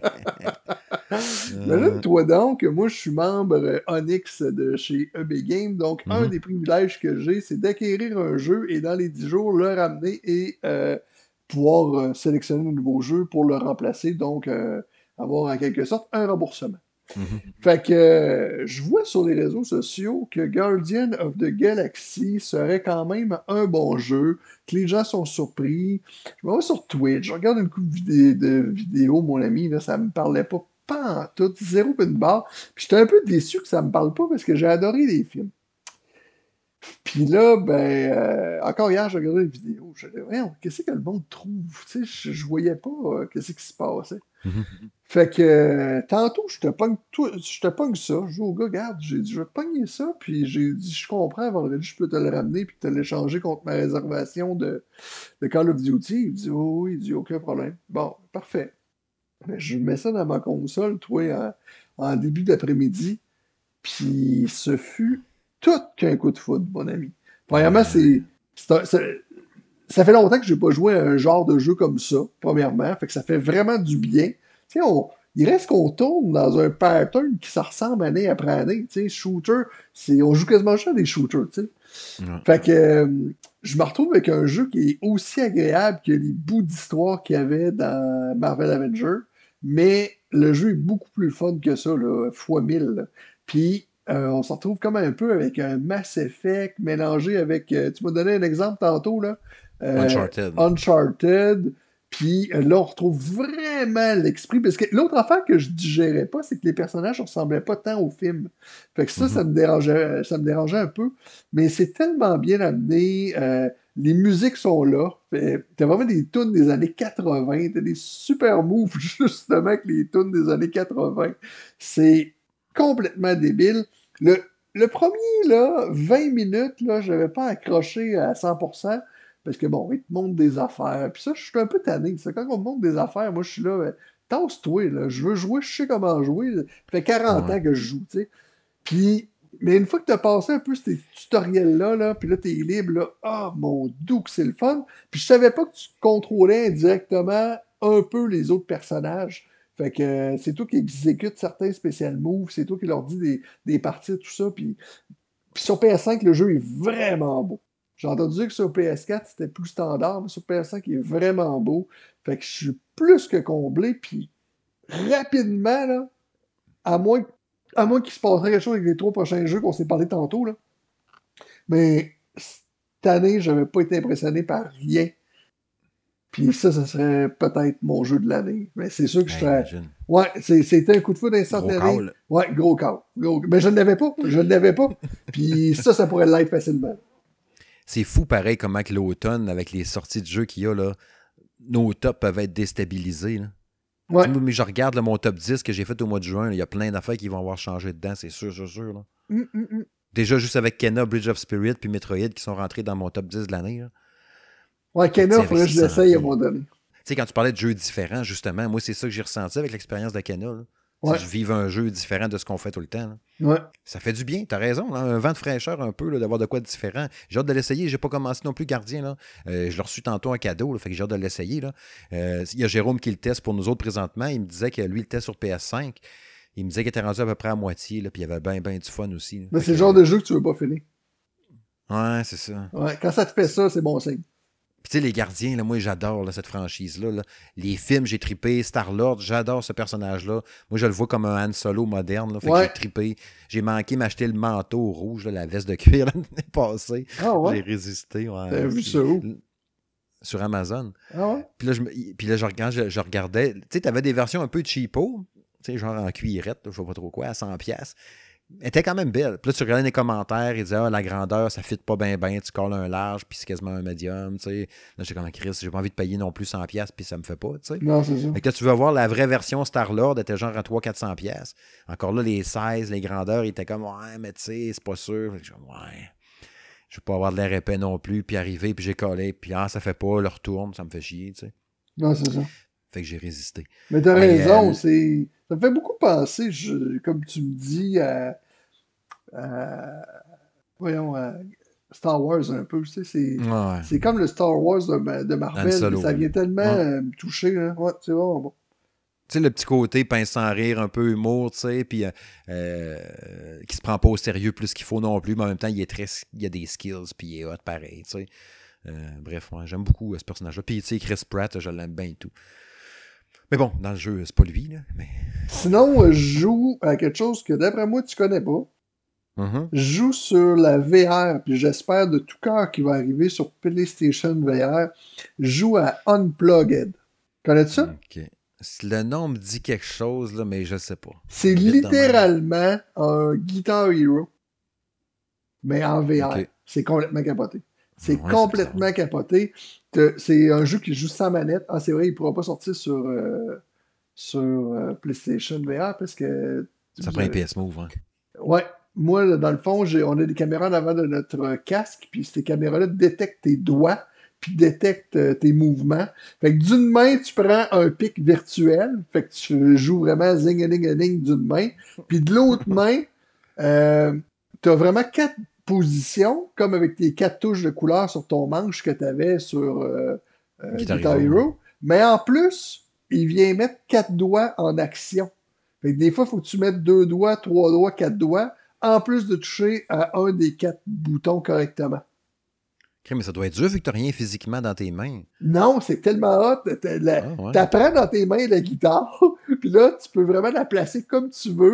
Imagine-toi donc que moi, je suis membre Onyx de chez E B Game. Donc, un Mhm. des privilèges que j'ai, c'est d'acquérir un jeu et dans les dix jours, le ramener et euh, pouvoir euh, sélectionner un nouveau jeu pour le remplacer. Donc, euh, avoir en quelque sorte un remboursement. Mhm. Fait que euh, je vois sur les réseaux sociaux que Guardian of the Galaxy serait quand même un bon jeu, que les gens sont surpris. Je me vois sur Twitch, je regarde une couple de, vidé- de vidéos, mon ami, là, ça me parlait pas, pas en tout, zéro pin barre. Puis j'étais un peu déçu que ça me parle pas parce que j'ai adoré les films. Puis là, ben, euh, encore hier, j'ai regardé les vidéos. Je me disais, voyons, qu'est-ce que le monde trouve? Tu sais, je, je voyais pas euh, qu'est-ce qui se passait. Mhm. Fait que euh, tantôt, je te pogne tout, je te pogne ça. Je dis au gars, regarde, j'ai dit, je vais te pogner ça. Puis j'ai dit, je comprends, vendredi, je peux te le ramener puis te l'échanger contre ma réservation de, de Call of Duty. Il dit, oh, oui, il dit, aucun problème. Bon, parfait. Mais je mets ça dans ma console, toi, en, en début d'après-midi. Puis ce fut tout qu'un coup de foudre, mon ami. Premièrement, Ouais. c'est. c'est un- c'est- ça fait longtemps que j'ai pas joué à un genre de jeu comme ça, premièrement. Fait que ça fait vraiment du bien. Tu sais, on- il reste qu'on tourne dans un pattern qui se ressemble année après année. Tu sais, shooter, c'est, on joue quasiment juste à des shooters, tu sais. Ouais. Fait que euh, je me retrouve avec un jeu qui est aussi agréable que les bouts d'histoire qu'il y avait dans Marvel Avengers, mais le jeu est beaucoup plus fun que ça, là, fois mille. Là. Puis euh, on se retrouve comme un peu avec un Mass Effect mélangé avec, euh, tu m'as donné un exemple tantôt, là, euh, Uncharted. Uncharted, puis euh, là, on retrouve vraiment l'esprit, parce que l'autre affaire que je digérais pas, c'est que les personnages ne ressemblaient pas tant au film. Fait que ça, ça Mhm. me dérangeait, ça me dérangeait un peu, mais c'est tellement bien amené, euh, les musiques sont là, fait- t'as vraiment des tunes des années quatre-vingts, t'as des super moves, justement, avec les tunes des années quatre-vingts. C'est complètement débile. Le, le premier, là, vingt minutes, là, je n'avais pas accroché à cent pour cent parce que, bon, il te montre des affaires. Puis ça, je suis un peu tanné. Ça. Quand on me montre des affaires, moi, je suis là, ben, tasse-toi, là. Je veux jouer, je sais comment jouer. Ça fait quarante Ouais. ans que je joue, tu sais. Puis, mais une fois que tu as passé un peu ces tutoriels-là, là, puis là, tu es libre, là, ah, mon doux que c'est le fun. Puis je savais pas que tu contrôlais indirectement un peu les autres personnages. Fait que euh, c'est toi qui exécute certains spécial moves, c'est toi qui leur dis des, des parties, tout ça. Puis, puis sur P S cinq, le jeu est vraiment beau. J'ai entendu dire que sur P S quatre, c'était plus standard, mais sur P S cinq, il est vraiment beau. Fait que je suis plus que comblé. Puis rapidement, là, à moins, à moins qu'il se passerait quelque chose avec les trois prochains jeux qu'on s'est parlé tantôt, là. Mais cette année, je n'avais pas été impressionné par rien. Puis ça, ça serait peut-être mon jeu de l'année. Mais c'est sûr que je Hey, serais. imagine. Ouais, c'est- c'était un coup de foudre Gros instantané. call. Ouais, gros cas. Gros... Mais je ne l'avais pas. Je ne l'avais pas. Puis ça, ça pourrait l'être facilement. C'est fou pareil comment que l'automne, avec les sorties de jeux qu'il y a, là, nos tops peuvent être déstabilisés. Là. Tu Ouais. sais, moi, mais je regarde là, mon top dix que j'ai fait au mois de juin. là, Il y a plein d'affaires qui vont avoir changé dedans, c'est sûr, c'est sûr. Là. Hum, hum, hum. Déjà, juste avec Kena, Bridge of Spirit puis Metroid qui sont rentrés dans mon top dix de l'année. Là. Ouais, Fait que, tu Kena, sais, il avec faudrait ce que qui je s'en l'essaye à un vient. moment donné. Tu sais, quand tu parlais de jeux différents, justement, moi, c'est ça que j'ai ressenti avec l'expérience de Kena. Là. Tu sais, Ouais. je vive un jeu différent de ce qu'on fait tout le temps. Là. Ouais. Ça fait du bien, t'as raison. Là, un vent de fraîcheur un peu, là, d'avoir de quoi de différent. J'ai hâte de l'essayer. J'ai pas commencé non plus Gardien. Là. Euh, je l'ai reçu tantôt en cadeau, là, fait que j'ai hâte de l'essayer. Là. Euh, il y a Jérôme qui le teste pour nous autres présentement. Il me disait que lui, il le teste sur P S cinq. Il me disait qu'il était rendu à peu près à moitié, là, puis il y avait bien, bien du fun aussi. Là. Mais Fait c'est le que, genre de jeu que tu veux pas finir. ouais, c'est ça. Ouais. Quand ça te fait ça, c'est bon signe. Puis tu sais, les gardiens, là, moi j'adore là, cette franchise-là. Là. Les films, j'ai trippé. Star-Lord, j'adore ce personnage-là. Moi, je le vois comme un Han Solo moderne. Là, fait que Ouais. j'ai trippé. J'ai manqué m'acheter le manteau rouge, là, la veste de cuir l'année passée. Ah ouais. J'ai résisté. T'as Ouais, vu c'est- ça où? sur Amazon. Ah ouais. Puis là, je, me- puis là, je, regarde- je, je regardais. Tu sais, t'avais des versions un peu cheapo. Tu sais, genre en cuirette, là, je sais pas trop quoi, à cent piastres. Elle était quand même belle. Puis là, tu regardais les commentaires, ils disaient, ah, la grandeur, ça fit pas bien, bien, tu colles un large, puis c'est quasiment un médium, tu sais. Là, j'étais comme, Chris, j'ai pas envie de payer non plus cent piastres, puis ça me fait pas, tu sais. Non, c'est ça. Fait que là, tu veux voir la vraie version Star-Lord, elle était genre à trois cents à quatre cents piastres. Encore là, les sizes, les grandeurs, ils étaient comme, ouais, mais tu sais, c'est pas sûr. Fait que je suis comme, ouais, je veux pas avoir de l'air épais non plus, puis arriver, puis j'ai collé, puis ah, ça fait pas, le retourne, ça me fait chier, tu sais. Non, c'est ça. Fait que j'ai résisté. Mais t'as Mais, raison, euh, c'est. Ça me fait beaucoup penser, je- comme tu me dis, à, à- voyons, à Star Wars un peu. Tu sais, c'est, ouais, c'est comme le Star Wars de, Ma- de Han Marvel, mais ça Solo, là. vient tellement Ouais. euh, me toucher. Là. Ouais, c'est vraiment bon. Tu sais, le petit côté pince sans rire, un peu humour, tu sais, puis euh, euh, qui se prend pas au sérieux plus qu'il faut non plus, mais en même temps, il est très, il a des skills, puis il est hot pareil, tu sais. Euh, bref, ouais, j'aime beaucoup euh, ce personnage-là. Puis, tu sais, Chris Pratt, je l'aime bien et tout. Mais bon, dans le jeu, c'est pas lui, là. Mais... Sinon, euh, je joue à quelque chose que d'après moi, tu connais pas. Mhm. Je joue sur la V R, puis j'espère de tout cœur qu'il va arriver sur PlayStation V R. Je joue à Unplugged. Connais-tu ça? OK. Le nom me dit quelque chose, là, mais je sais pas. C'est Vite de même. littéralement un Guitar Hero, mais en V R. OK. C'est complètement capoté. C'est Ouais, c'est complètement bizarre. capoté. Te- C'est un jeu qui joue sans manette. Ah, c'est vrai, il ne pourra pas sortir sur, euh, sur euh, PlayStation V R parce que. Ça vous prend un avez- P S Move, hein. Ouais. Moi, là, dans le fond, j'ai, on a des caméras en avant de notre casque, puis ces caméras-là détectent tes doigts, puis détectent euh, tes mouvements. Fait que d'une main, tu prends un pic virtuel, fait que tu joues vraiment zing-a-ling-a-ling d'une main, puis de l'autre main, euh, tu as vraiment quatre positions, comme avec tes quatre touches de couleur sur ton manche que tu avais sur euh, euh, Guitar Guitar Hero, Hero. Mais en plus, il vient mettre quatre doigts en action. Fait que des fois, il faut que tu mettes deux doigts, trois doigts, quatre doigts, en plus de toucher à un des quatre boutons correctement. OK, mais ça doit être dur vu que t'as rien physiquement dans tes mains. Non, c'est tellement hot. t'as- la- Ah, ouais. T'apprends dans tes mains la guitare, puis là, tu peux vraiment la placer comme tu veux.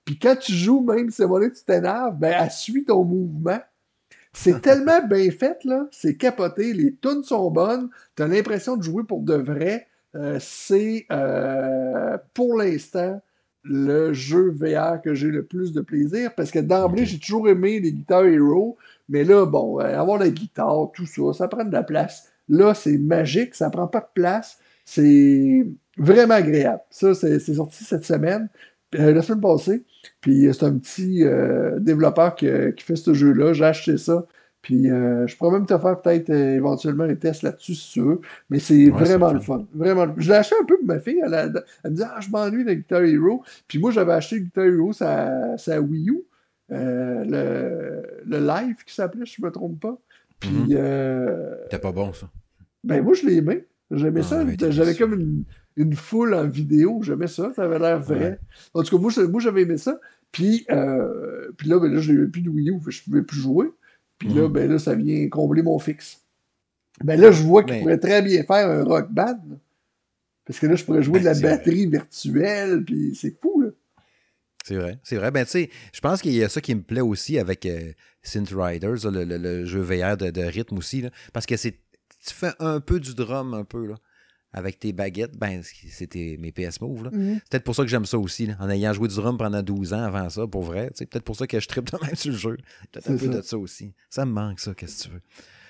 Puis quand tu joues, même si à un moment donné, tu t'énerves, ben, elle suit ton mouvement. C'est tellement bien fait, là. C'est capoté. Les tunes sont bonnes. T'as l'impression de jouer pour de vrai. Euh, c'est, euh, pour l'instant, le jeu V R que j'ai le plus de plaisir. Parce que d'emblée, OK. j'ai toujours aimé les Guitar Hero. Mais là, bon, euh, avoir la guitare, tout ça, ça prend de la place. Là, c'est magique. Ça prend pas de place. C'est vraiment agréable. Ça, c'est c'est sorti cette semaine. euh, la semaine passée. Puis euh, c'est un petit euh, développeur qui, euh, qui fait ce jeu-là. J'ai acheté ça. Puis euh, je pourrais même te faire peut-être euh, éventuellement un test là-dessus si tu veux. Mais c'est Ouais, c'est le vraiment le fun. fun. Vraiment. Je l'ai acheté un peu pour ma fille. Elle, a- elle me dit Ah, je m'ennuie de Guitar Hero. Puis moi, j'avais acheté Guitar Hero sa, sa Wii U. euh, le, le live qui s'appelait, si je ne me trompe pas. Puis Mhm. euh, C'était pas bon, ça. ben moi, je l'ai aimé. J'aimais Ah, on ça. avait été J'avais déçus. comme une, une foule en vidéo. J'aimais ça. Ça avait l'air Ouais. vrai. En tout cas, moi, je- moi j'avais aimé ça. Puis, euh, puis là, ben là, je n'avais plus de Wii U. Je ne pouvais plus jouer. Puis là, Mhm. ben là, ça vient combler mon fixe. Ben là, je vois qu'il Mais, pourrait très bien faire un rock band. Là. Parce que là, je pourrais jouer de ben, la c'est vrai. batterie virtuelle. Puis c'est fou, là. C'est vrai. C'est vrai. Ben, tu sais, je pense qu'il y a ça qui me plaît aussi avec euh, Synth Riders, là, le, le- le jeu V R de, de rythme aussi. Là, parce que c'est tu fais un peu du drum, un peu, là, avec tes baguettes. Ben, c'était mes P S Move, là. Mhm. C'est peut-être pour ça que j'aime ça aussi, là, en ayant joué du drum pendant douze ans avant ça, pour vrai. C'est peut-être pour ça que je tripe de même sur le jeu. Peut-être un C'est peu ça. de ça aussi. Ça me manque, ça, qu'est-ce que tu veux.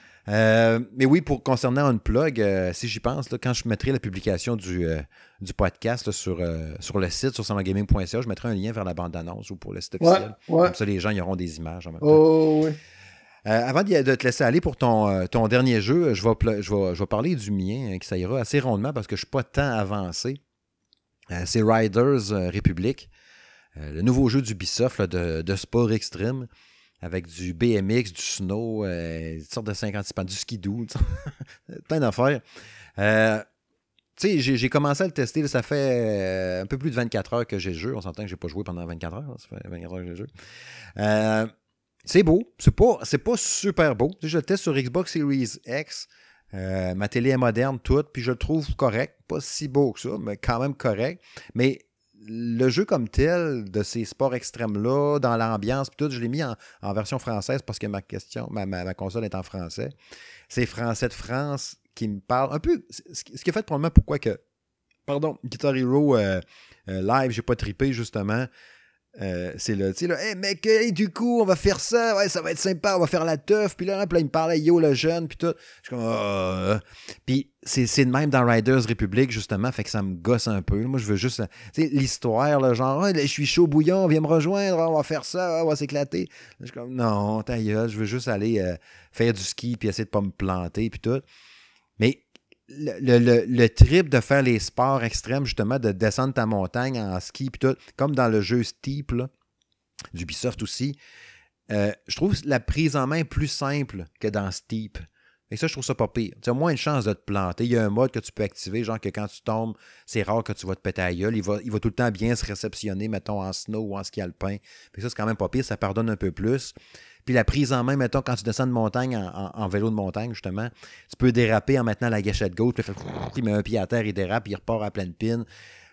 Euh, mais oui, pour concernant Unplug, euh, si j'y pense, là, quand je mettrai la publication du, euh, du podcast là, sur, euh, sur le site, sur salongaming point c a, je mettrai un lien vers la bande-annonce ou pour le site Ouais, officiel. ouais. Comme ça, les gens y auront des images en même temps. Oh, oui. Euh, avant d'y- de te laisser aller pour ton, euh, ton dernier jeu, je vais, pla- je, vais, je vais parler du mien, hein, qui ça ira assez rondement parce que je ne suis pas tant avancé. Euh, c'est Riders euh, Republic, euh, le nouveau jeu d'Ubisoft là, de, de sport extrême avec du B M X, du snow, euh, une sorte de cinquante-six pas, du skidoo, plein d'affaires. Euh, tu sais, j'ai, j'ai commencé à le tester, là, ça fait euh, un peu plus de vingt-quatre heures que j'ai le jeu. On s'entend que j'ai pas joué pendant vingt-quatre heures, là, ça fait vingt-quatre heures que j'ai le jeu. Euh, c'est beau, c'est pas, c'est pas super beau. Tu sais, je le teste sur Xbox Series X. Euh, ma télé est moderne, toute, puis je le trouve correct. Pas si beau que ça, mais quand même correct. Mais le jeu comme tel, de ces sports extrêmes-là, dans l'ambiance, puis tout, je l'ai mis en, en version française parce que ma question, ma, ma, ma console est en français. C'est Français de France qui me parle. Un peu, ce qui a fait probablement pourquoi que, pardon, Guitar Hero euh, euh, Live, j'ai pas trippé justement. Euh, c'est là, tu sais, là, hey mec, hey, du coup, on va faire ça, ouais, ça va être sympa, on va faire la teuf. Puis là, puis là, il me parlait, yo, le jeune, puis tout. Je suis comme, oh. Puis c'est, c'est de même dans Riders Republic, justement, fait que ça me gosse un peu. Moi, je veux juste, tu sais, l'histoire, là, genre, oh, là, je suis chaud bouillon, viens me rejoindre, on va faire ça, on va s'éclater. Là, je suis comme, non, ta gueule, je veux juste aller euh, faire du ski, puis essayer de pas me planter, puis tout. Mais le, le, le, le trip de faire les sports extrêmes, justement, de descendre ta montagne en ski, puis tout, comme dans le jeu Steep, là, d'Ubisoft aussi, euh, je trouve la prise en main plus simple que dans Steep. Et ça, je trouve ça pas pire. Tu as moins de chances de te planter. Il y a un mode que tu peux activer, genre que quand tu tombes, c'est rare que tu vas te péter à la gueule. Il va, il va tout le temps bien se réceptionner, mettons, en snow ou en ski alpin. Puis ça, c'est quand même pas pire. Ça pardonne un peu plus. Puis la prise en main, mettons, quand tu descends de montagne en, en, en vélo de montagne, justement, tu peux déraper en maintenant la gâchette gauche, puis il met un pied à terre, il dérape, puis il repart à pleine pine.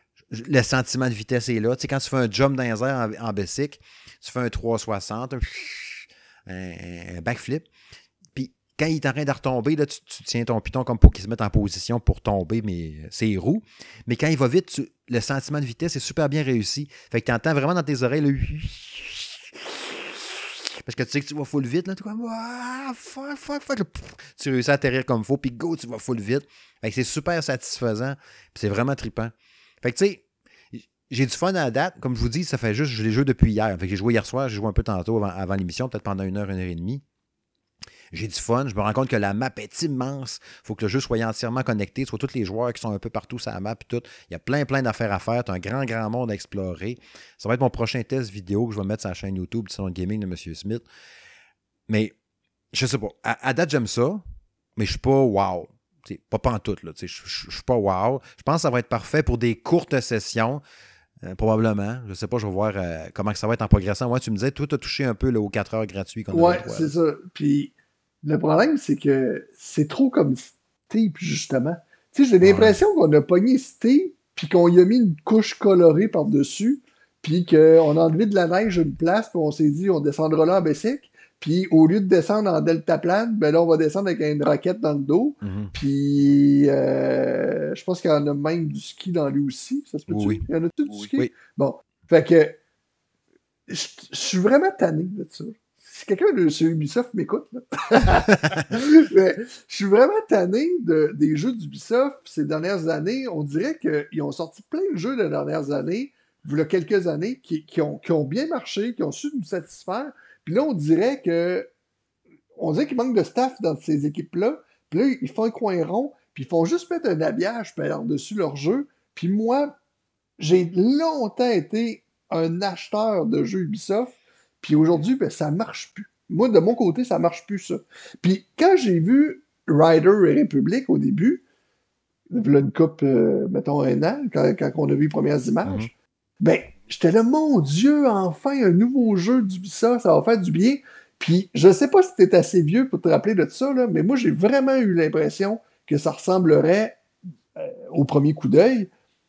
Le sentiment de vitesse est là. Tu sais, quand tu fais un jump dans les airs en, en bicycle, tu fais un trois cent soixante, un, un, un backflip, puis quand il est en train de retomber, là, tu, tu tiens ton piton comme pour qu'il se mette en position pour tomber, mais c'est roux. Mais quand il va vite, tu, le sentiment de vitesse est super bien réussi. Fait que tu entends vraiment dans tes oreilles le parce que tu sais que tu vas full vite, là, tu es comme ah, fuck, fuck, fuck. Tu réussis à atterrir comme il faut, puis go, tu vas full vite. Fait que c'est super satisfaisant, puis c'est vraiment trippant. Fait que tu sais, j'ai du fun à la date. Comme je vous dis, ça fait juste, je les joue depuis hier. Fait que j'ai joué hier soir, j'ai joué un peu tantôt avant, avant l'émission, peut-être pendant une heure, une heure et demie. J'ai du fun. Je me rends compte que la map est immense. Il faut que le jeu soit entièrement connecté, soit tous les joueurs qui sont un peu partout sur la map et tout. Il y a plein, plein d'affaires à faire. Tu as un grand, grand monde à explorer. Ça va être mon prochain test vidéo que je vais mettre sur la chaîne YouTube du Salon de Gaming de M. Smith. Mais, je sais pas. À, à date, j'aime ça, mais je suis pas wow. T'sais, pas pantoute, là. Je suis pas wow. Je pense que ça va être parfait pour des courtes sessions. Euh, probablement. Je sais pas, je vais voir euh, comment ça va être en progressant. Ouais, tu me disais, toi, tu as touché un peu là, aux quatre heures gratuits qu'on avait Ouais, le droit. c'est Là. ça. Puis le problème, c'est que c'est trop comme Steep, justement. Tu sais, j'ai Ouais. l'impression qu'on a pogné Steep, puis qu'on y a mis une couche colorée par-dessus, puis qu'on a enlevé de la neige une place, puis on s'est dit, on descendra là en bicycle. Puis au lieu de descendre en deltaplane, ben là, on va descendre avec une roquette dans le dos. Mhm. Puis euh, je pense qu'il y en a même du ski dans lui aussi. Ça se peut-tu? Oui. Il y en a-tu du Oui. ski? Oui. Bon. Fait que je je suis vraiment tanné de ça. Si quelqu'un de chez Ubisoft m'écoute, là. Mais je suis vraiment tanné de, des jeux d'Ubisoft ces dernières années. On dirait qu'ils ont sorti plein de jeux les dernières années, il y a quelques années, qui, qui, ont, qui ont bien marché, qui ont su nous satisfaire. Puis là, on dirait que on dirait qu'il manque de staff dans ces équipes-là. Puis là, ils font un coin rond, puis ils font juste mettre un habillage par-dessus leur jeu. Puis moi, j'ai longtemps été un acheteur de jeux Ubisoft, puis aujourd'hui, ben, ça marche plus. Moi, de mon côté, ça marche plus, ça. Puis quand j'ai vu Rider et République au début, il y a une coupe, euh, mettons un an, quand, quand on a vu les premières images, mm-hmm. ben, j'étais là, mon Dieu, enfin, un nouveau jeu d'Ubisoft, ça va faire du bien. Puis, je sais pas si t'es assez vieux pour te rappeler de ça, là, mais moi, j'ai vraiment eu l'impression que ça ressemblerait, euh, au premier coup d'œil,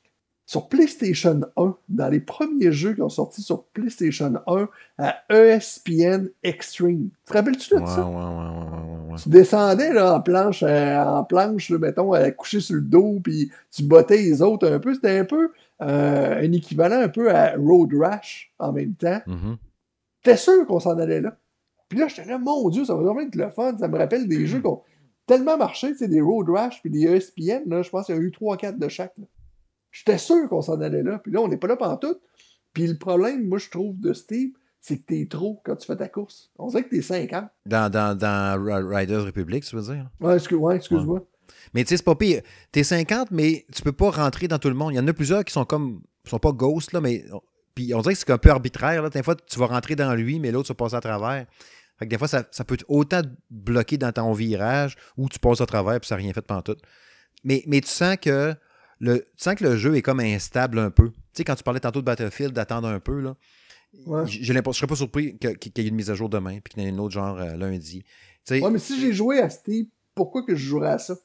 sur PlayStation un, dans les premiers jeux qui ont sorti sur PlayStation un, à E S P N Extreme. Te rappelles-tu de ouais, ça? Ouais, ouais, ouais, ouais, ouais. Tu descendais là, en planche, euh, en planche, là, mettons, à coucher sur le dos, puis tu bottais les autres un peu. C'était un peu euh, un équivalent un peu à Road Rash en même temps. Mm-hmm. T'es sûr qu'on s'en allait là? Puis là, j'étais là, mon Dieu, ça va vraiment être le fun. Ça me rappelle des jeux qui ont tellement marché, tu sais, des Road Rash puis des E S P N, là, je pense qu'il y a eu trois quatre de chaque. Là. J'étais sûr qu'on s'en allait là. Puis là, on n'est pas là pantoute. Puis le problème, moi, je trouve, de Steve, c'est que t'es trop quand tu fais ta course. On dirait que t'es cinquante. Dans, dans, dans Riders Republic, tu veux dire? Ouais, excuse, ouais, excuse-moi. Ouais. Mais tu sais, c'est pas pire. T'es cinquante, mais tu peux pas rentrer dans tout le monde. Il y en a plusieurs qui sont comme... sont pas ghosts, là, mais... Puis on dirait que c'est un peu arbitraire. Là. Des fois, tu vas rentrer dans lui, mais l'autre, tu vas passer à travers. Fait que des fois, ça, ça peut autant te bloquer dans ton virage ou tu passes à travers puis ça n'a rien fait de pantoute. Mais, mais tu sens que le, tu sens que le jeu est comme instable un peu. Tu sais, quand tu parlais tantôt de Battlefield, d'attendre un peu, là, ouais. j'ai l'impression, je serais pas surpris que, qu'il y ait une mise à jour demain puis qu'il y en ait une autre genre euh, lundi. T'sais, ouais, mais si j'ai joué à Steve, pourquoi que je jouerais à ça?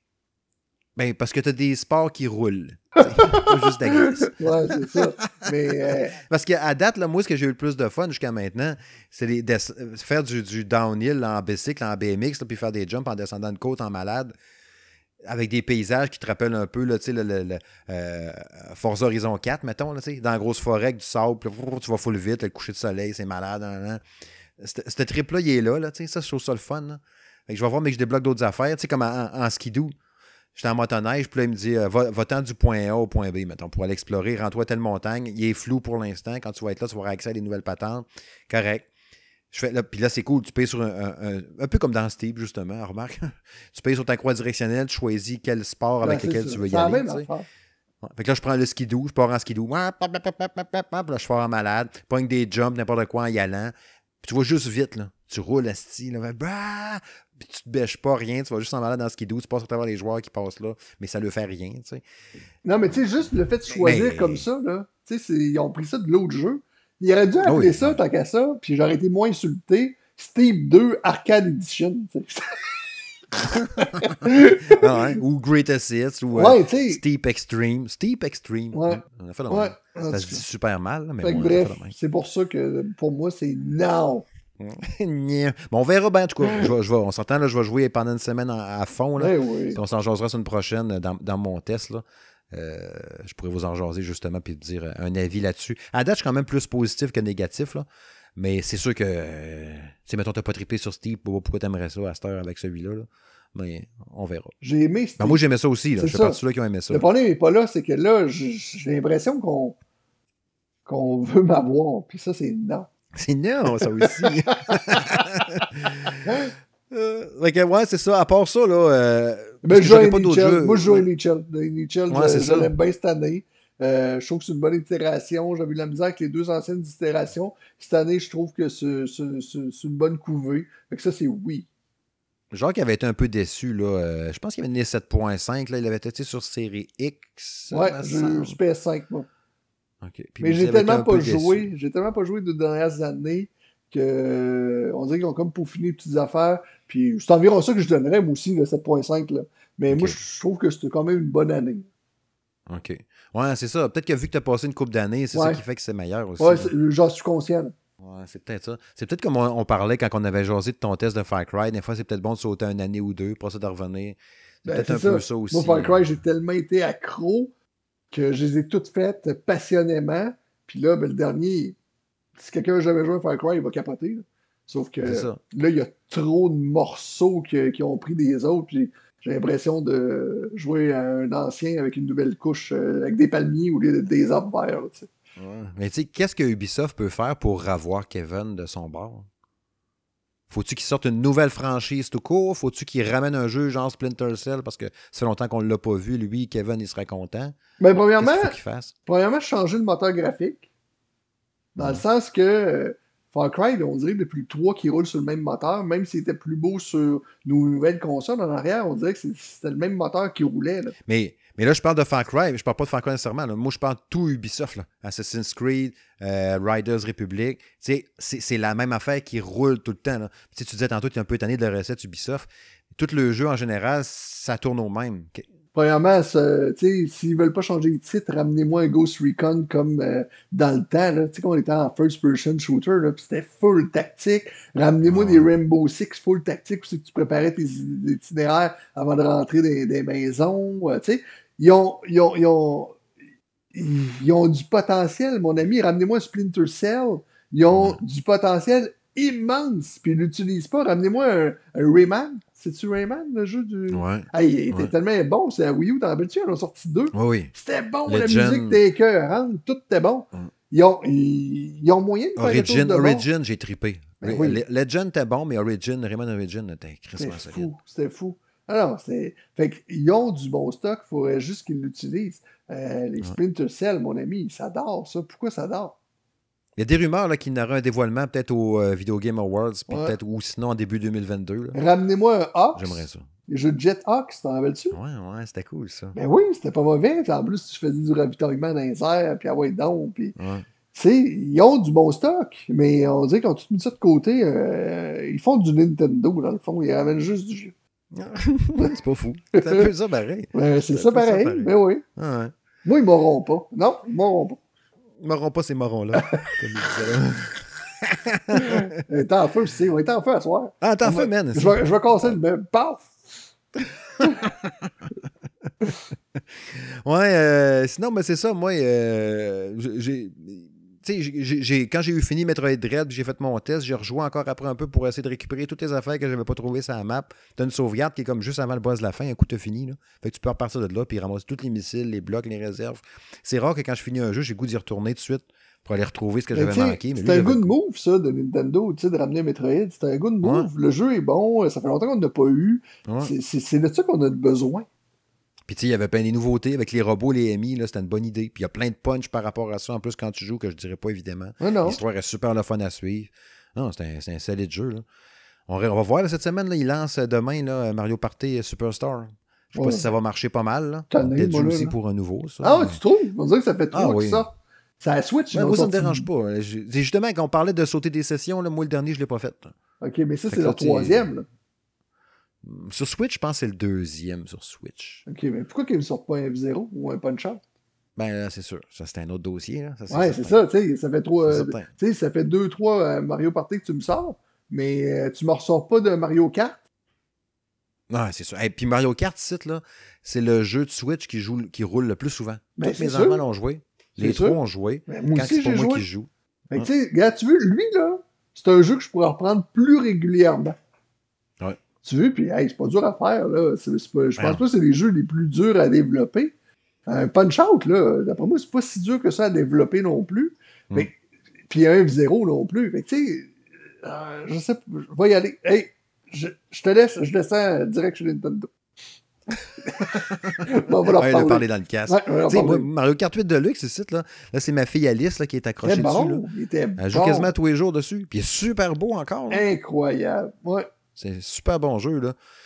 Ben, parce que t'as des sports qui roulent. Pas juste de la glisse. Ouais, c'est ça. Mais, euh... Parce qu'à date, là, moi, ce que j'ai eu le plus de fun jusqu'à maintenant, c'est les des... faire du, du downhill là, en bicycle, en B M X, là, puis faire des jumps en descendant une côte en malade, avec des paysages qui te rappellent un peu là, le, le, le euh, Forza Horizon quatre, mettons, là, dans la grosse forêt avec du sable, puis, tu vas full vite, le coucher de soleil, c'est malade. Hein, hein. Ce trip-là, il est là, là ça, je trouve ça le fun. Là. Fait que je vais voir, mais que je débloque d'autres affaires, comme en, en skidoo. J'étais en motoneige, puis là, il me dit euh, va, va-t'en du point A au point B, mettons, pour aller explorer, rends-toi à telle montagne. Il est flou pour l'instant. Quand tu vas être là, tu vas avoir accès à des nouvelles patentes. Correct. Je fais, là, puis là, c'est cool. Tu payes sur un, un, un, un peu comme dans Steam, justement, remarque. Tu payes sur ta croix directionnelle, tu choisis quel sport avec ben, lequel ça. tu veux y aller. Ouais. Fait que là, je prends le skidoo, je pars en skidoo. Puis là, je pars en malade. Je pogne des jumps, n'importe quoi en y allant. Puis tu vas juste vite, là. Tu roules à style, là. Bah! Puis tu te bêches pas, rien, tu vas juste en malade dans ce skidoo, tu passes à travers les joueurs qui passent là, mais ça ne fait rien, tu sais. Non, mais tu sais, juste le fait de choisir mais... comme ça, là, tu sais, ils ont pris ça de l'autre jeu. Ils auraient dû appeler oh oui, ça, ouais. tant qu'à ça, puis j'aurais été moins insulté, Steep deux Arcade Edition, tu sais. ah ouais. Ou Greatest Hits, ou ouais, euh, Steep Extreme. Steep Extreme. Ouais. On a fait ouais. Ça se dit super mal, mais fait bon, bref, c'est pour ça que pour moi, c'est non. Bon, on verra bien, en tout cas. Je vais, je vais, on s'entend, là, je vais jouer pendant une semaine à, à fond. Là. Ouais, oui. On s'en jasera sur une prochaine dans, dans mon test. Là. Euh, je pourrais vous en jaser justement et dire un avis là-dessus. À date, je suis quand même plus positif que négatif. Là. Mais c'est sûr que, euh, tu sais, mettons, t'as pas trippé sur Steve, pourquoi t'aimerais ça à cette heure avec celui-là? Là? Mais on verra. J'ai aimé Steve. Ben, moi, j'aimais ça aussi. Là. Je fais partie de ceux-là qui ont aimé ça. Le problème n'est pas là, c'est que là, j'ai l'impression qu'on qu'on veut m'avoir. Puis ça, c'est non. C'est non, ça aussi. euh, okay, ouais, c'est ça. À part ça, là. Euh, ben, je pas d'autres jeux. Moi, je joue à Mitchell. Mitchell, ouais, je, je l'aime bien cette année. Euh, je trouve que c'est une bonne itération. J'avais eu la misère avec les deux anciennes itérations. Cette année, je trouve que c'est, c'est, c'est, c'est une bonne couvée. Fait que ça, c'est oui. Jacques avait été un peu déçu. Là. Euh, je pense qu'il avait né sept point cinq. Là. Il avait été sur série X. Ouais, j'ai sur P S cinq, moi. Okay. Mais j'ai tellement pas joué, déçu. j'ai tellement pas joué de dernières années que on dirait qu'ils ont comme peaufiné les petites affaires. Puis c'est environ ça que je donnerais moi aussi, le sept point cinq. Là. Mais okay. moi, je trouve que c'était quand même une bonne année. OK. Ouais, c'est ça. Peut-être que vu que tu as passé une couple d'années, c'est Ouais. ça qui fait que c'est meilleur aussi. Ouais, là. c'est- j'en suis conscient. Là. Ouais, c'est peut-être ça. C'est peut-être comme on, on parlait quand on avait jasé de ton test de Far Cry. Des fois, c'est peut-être bon de sauter une année ou deux, pour ça de revenir. C'est Ben, peut-être c'est un ça. peu ça aussi. Moi, Far Cry, euh. j'ai tellement été accro que je les ai toutes faites passionnément. Puis là, ben, le dernier, si quelqu'un n'a jamais joué à Far Cry, il va capoter. Là. Sauf que C'est ça. là, il y a trop de morceaux que- qui ont pris des autres. Puis j'ai l'impression de jouer à un ancien avec une nouvelle couche, euh, avec des palmiers ou des, des arbres verts. Là, tu sais. Ouais. Mais tu sais, qu'est-ce que Ubisoft peut faire pour avoir Kevin de son bord? Faut-tu qu'il sorte une nouvelle franchise tout court? Faut-tu qu'il ramène un jeu genre Splinter Cell? Parce que ça fait longtemps qu'on ne l'a pas vu. Lui, Kevin, il serait content. Ben, Qu'est-ce premièrement, qu'il faut qu'il fasse? premièrement, changer le moteur graphique. Dans le Ouais. sens que euh, Far Cry, là, on dirait depuis le trois qui roule sur le même moteur, même s'il était plus beau sur nos nouvelles consoles en arrière, on dirait que c'est- c'était le même moteur qui roulait. Là. Mais, mais là, je parle de Far Cry. Je parle pas de Far Cry nécessairement. Là. Moi, je parle de tout Ubisoft. Là. Assassin's Creed, euh, Riders Republic. Tu sais, C'est c'est la même affaire qui roule tout le temps. Là. Tu sais, tu disais tantôt que tu es un peu étonné de la recette Ubisoft. Tout le jeu, en général, ça tourne au même. Que- Premièrement, ce- tu sais, s'ils veulent pas changer de titre, ramenez-moi un Ghost Recon comme euh, dans le temps. Là. Tu sais, quand on était en first-person shooter, là, puis c'était full tactique. Ramenez-moi des Ouais. Rainbow Six full tactique où c'est que tu préparais tes i- itinéraires avant de rentrer dans des maisons. euh, tu sais, ils ont, ils ont, ils ont, ils ont du potentiel, mon ami. Ramenez-moi un Splinter Cell. Ils ont Ouais. du potentiel immense, puis ils l'utilisent pas. Ramenez-moi un, un Rayman. C'est-tu Rayman, le jeu du... Ouais. Ah, il était Ouais. tellement bon, c'est à Wii U, t'en rappelles-tu? Ils en ont sorti deux. Oui, oui. C'était bon, la Legend. musique était écœurante, tout était bon. Ouais. Ils ont, ils, ils ont moyen de faire quelque chose Origin, de bon. Origin, j'ai trippé. Ben Re- oui. Le- Legend était bon, mais Origin, Rayman Origin était C'était crissement solide. fou, c'était fou. Alors, c'est... Fait qu'ils ont du bon stock, il faudrait juste qu'ils l'utilisent. Euh, les Ouais. Splinter Cell, mon ami, ça dort, ça. Pourquoi ça dort? Il y a des rumeurs là, qu'il y aura un dévoilement peut-être au euh, Video Game Awards, puis Ouais. peut-être ou sinon en début deux mille vingt-deux. là. Ramenez-moi un Hawks. J'aimerais ça. Les jeux de Jet Hawks, t'en rappelles-tu? Ouais, ouais, c'était cool ça. Ben oui, c'était pas mauvais. Puis en plus, tu faisais du ravitaillement dans les airs, puis ah ouais, donc, puis... Ouais. Tu sais, ils ont du bon stock, mais on dirait qu'ils ont tout mis ça de côté. euh, ils font du Nintendo, dans le fond. Ils ramènent juste du jeu. c'est pas fou. C'est un peu ça pareil. Ben, c'est C'est ça un peu ça pareil. pareil. Ben oui. Ah, ouais. Moi, ils m'auront pas. Non, ils m'auront pas. Ils m'auront pas ces morons-là. comme ils disaient là. On est en feu, c'est. On est en feu à soir. Ah, t'en On fais, va- man. Je vais, je vais casser le meuble. Paf! Ouais, euh, sinon, ben, c'est ça. Moi, euh, j'ai. Tu sais, j'ai- j'ai- quand j'ai eu fini Metroid Dread, j'ai fait mon test, j'ai rejoué encore après un peu pour essayer de récupérer toutes les affaires que j'avais pas trouvées sur la map. T'as une sauvegarde qui est comme juste avant le boss de la fin, un coup t'as fini. Là. Fait que tu peux repartir de là puis ramasser tous les missiles, les blocs, les réserves. C'est rare que quand je finis un jeu, j'ai le goût d'y retourner tout de suite pour aller retrouver ce que Mais j'avais tu sais, manqué. Mais lui, c'est un j'avais good le goût. move, ça, de Nintendo, tu sais, de ramener Metroid. C'est un good move. Ouais. Le jeu est bon. Ça fait longtemps qu'on n'a pas eu. Ouais. C'est- C'est c'est de ça qu'on a besoin. Puis tu sais, il y avait plein de nouveautés avec les robots, les M I, là, c'était une bonne idée. Puis il y a plein de punch par rapport à ça, en plus, quand tu joues, que je dirais pas évidemment. Ah non. L'histoire est super le fun à suivre. Non, c'est un, c'est un solide jeu. Là. On, va- on va voir là, cette semaine, là, il lance euh, demain là, Mario Party Superstar. Je sais Ouais. pas si ça va marcher pas mal. Là. T'en as, Peut-être moi, dû là, aussi là. pour un nouveau. Ça, Ah, mais- tu trouves? On dirait que ça fait trois Ah, qui oui. sortent. C'est à la Switch. ils Ouais, ont moi, ça me sorti- dérange pas. J'ai- C'est justement quand on parlait de sauter des sessions, là, moi, le dernier, je l'ai pas fait. là. OK, mais ça, Fait c'est que le là, tu- troisième. Là. Sur Switch, je pense que c'est le deuxième sur Switch. OK, mais pourquoi qu'ils ne sortent pas un F-Zero ou un Punch-Out? Ben, là, c'est sûr. Ça, c'est un autre dossier. Là. Ça, Ouais, c'est certain. ça, tu sais, ça fait trois, C'est euh, certain. tu sais, ça fait deux, trois euh, Mario Party que tu me sors, mais euh, tu me ressors pas de Mario Kart. Ouais, c'est sûr. Et puis Mario Kart, site, là, c'est le jeu de Switch qui, joue, qui roule le plus souvent. Ben, Tous c'est mes sûr. enfants l'ont joué. Les C'est trois sûr. ont joué. Ben, moi Quand aussi, c'est pas j'ai moi joué. qui joue. Fait que, tu sais, regarde, tu veux, lui, là, c'est un jeu que je pourrais reprendre plus régulièrement. Ouais. Tu veux, puis, hey, c'est pas dur à faire, là. C'est, c'est pas, je Ben pense non. pas que c'est les jeux les plus durs à développer. Un Punch-Out, là, d'après moi, c'est pas si dur que ça à développer non plus. Mm. Mais, puis un F-Zero non plus. Fait que, tu sais, euh, je sais pas, je vais y aller. Hey, je, je te laisse, je descends direct chez Nintendo. Bon, on va leur Ouais, il a parler. parlé dans le casque. Ouais, on va leur Tu sais, moi, parler. Mario Kart huit Deluxe, c'est site, là. Là, c'est ma fille Alice là, qui est accrochée C'était dessus. Là. bon, il était Elle joue bon. quasiment tous les jours dessus. Puis il est super beau encore. là. Incroyable. Ouais. C'est un super bon jeu. Là.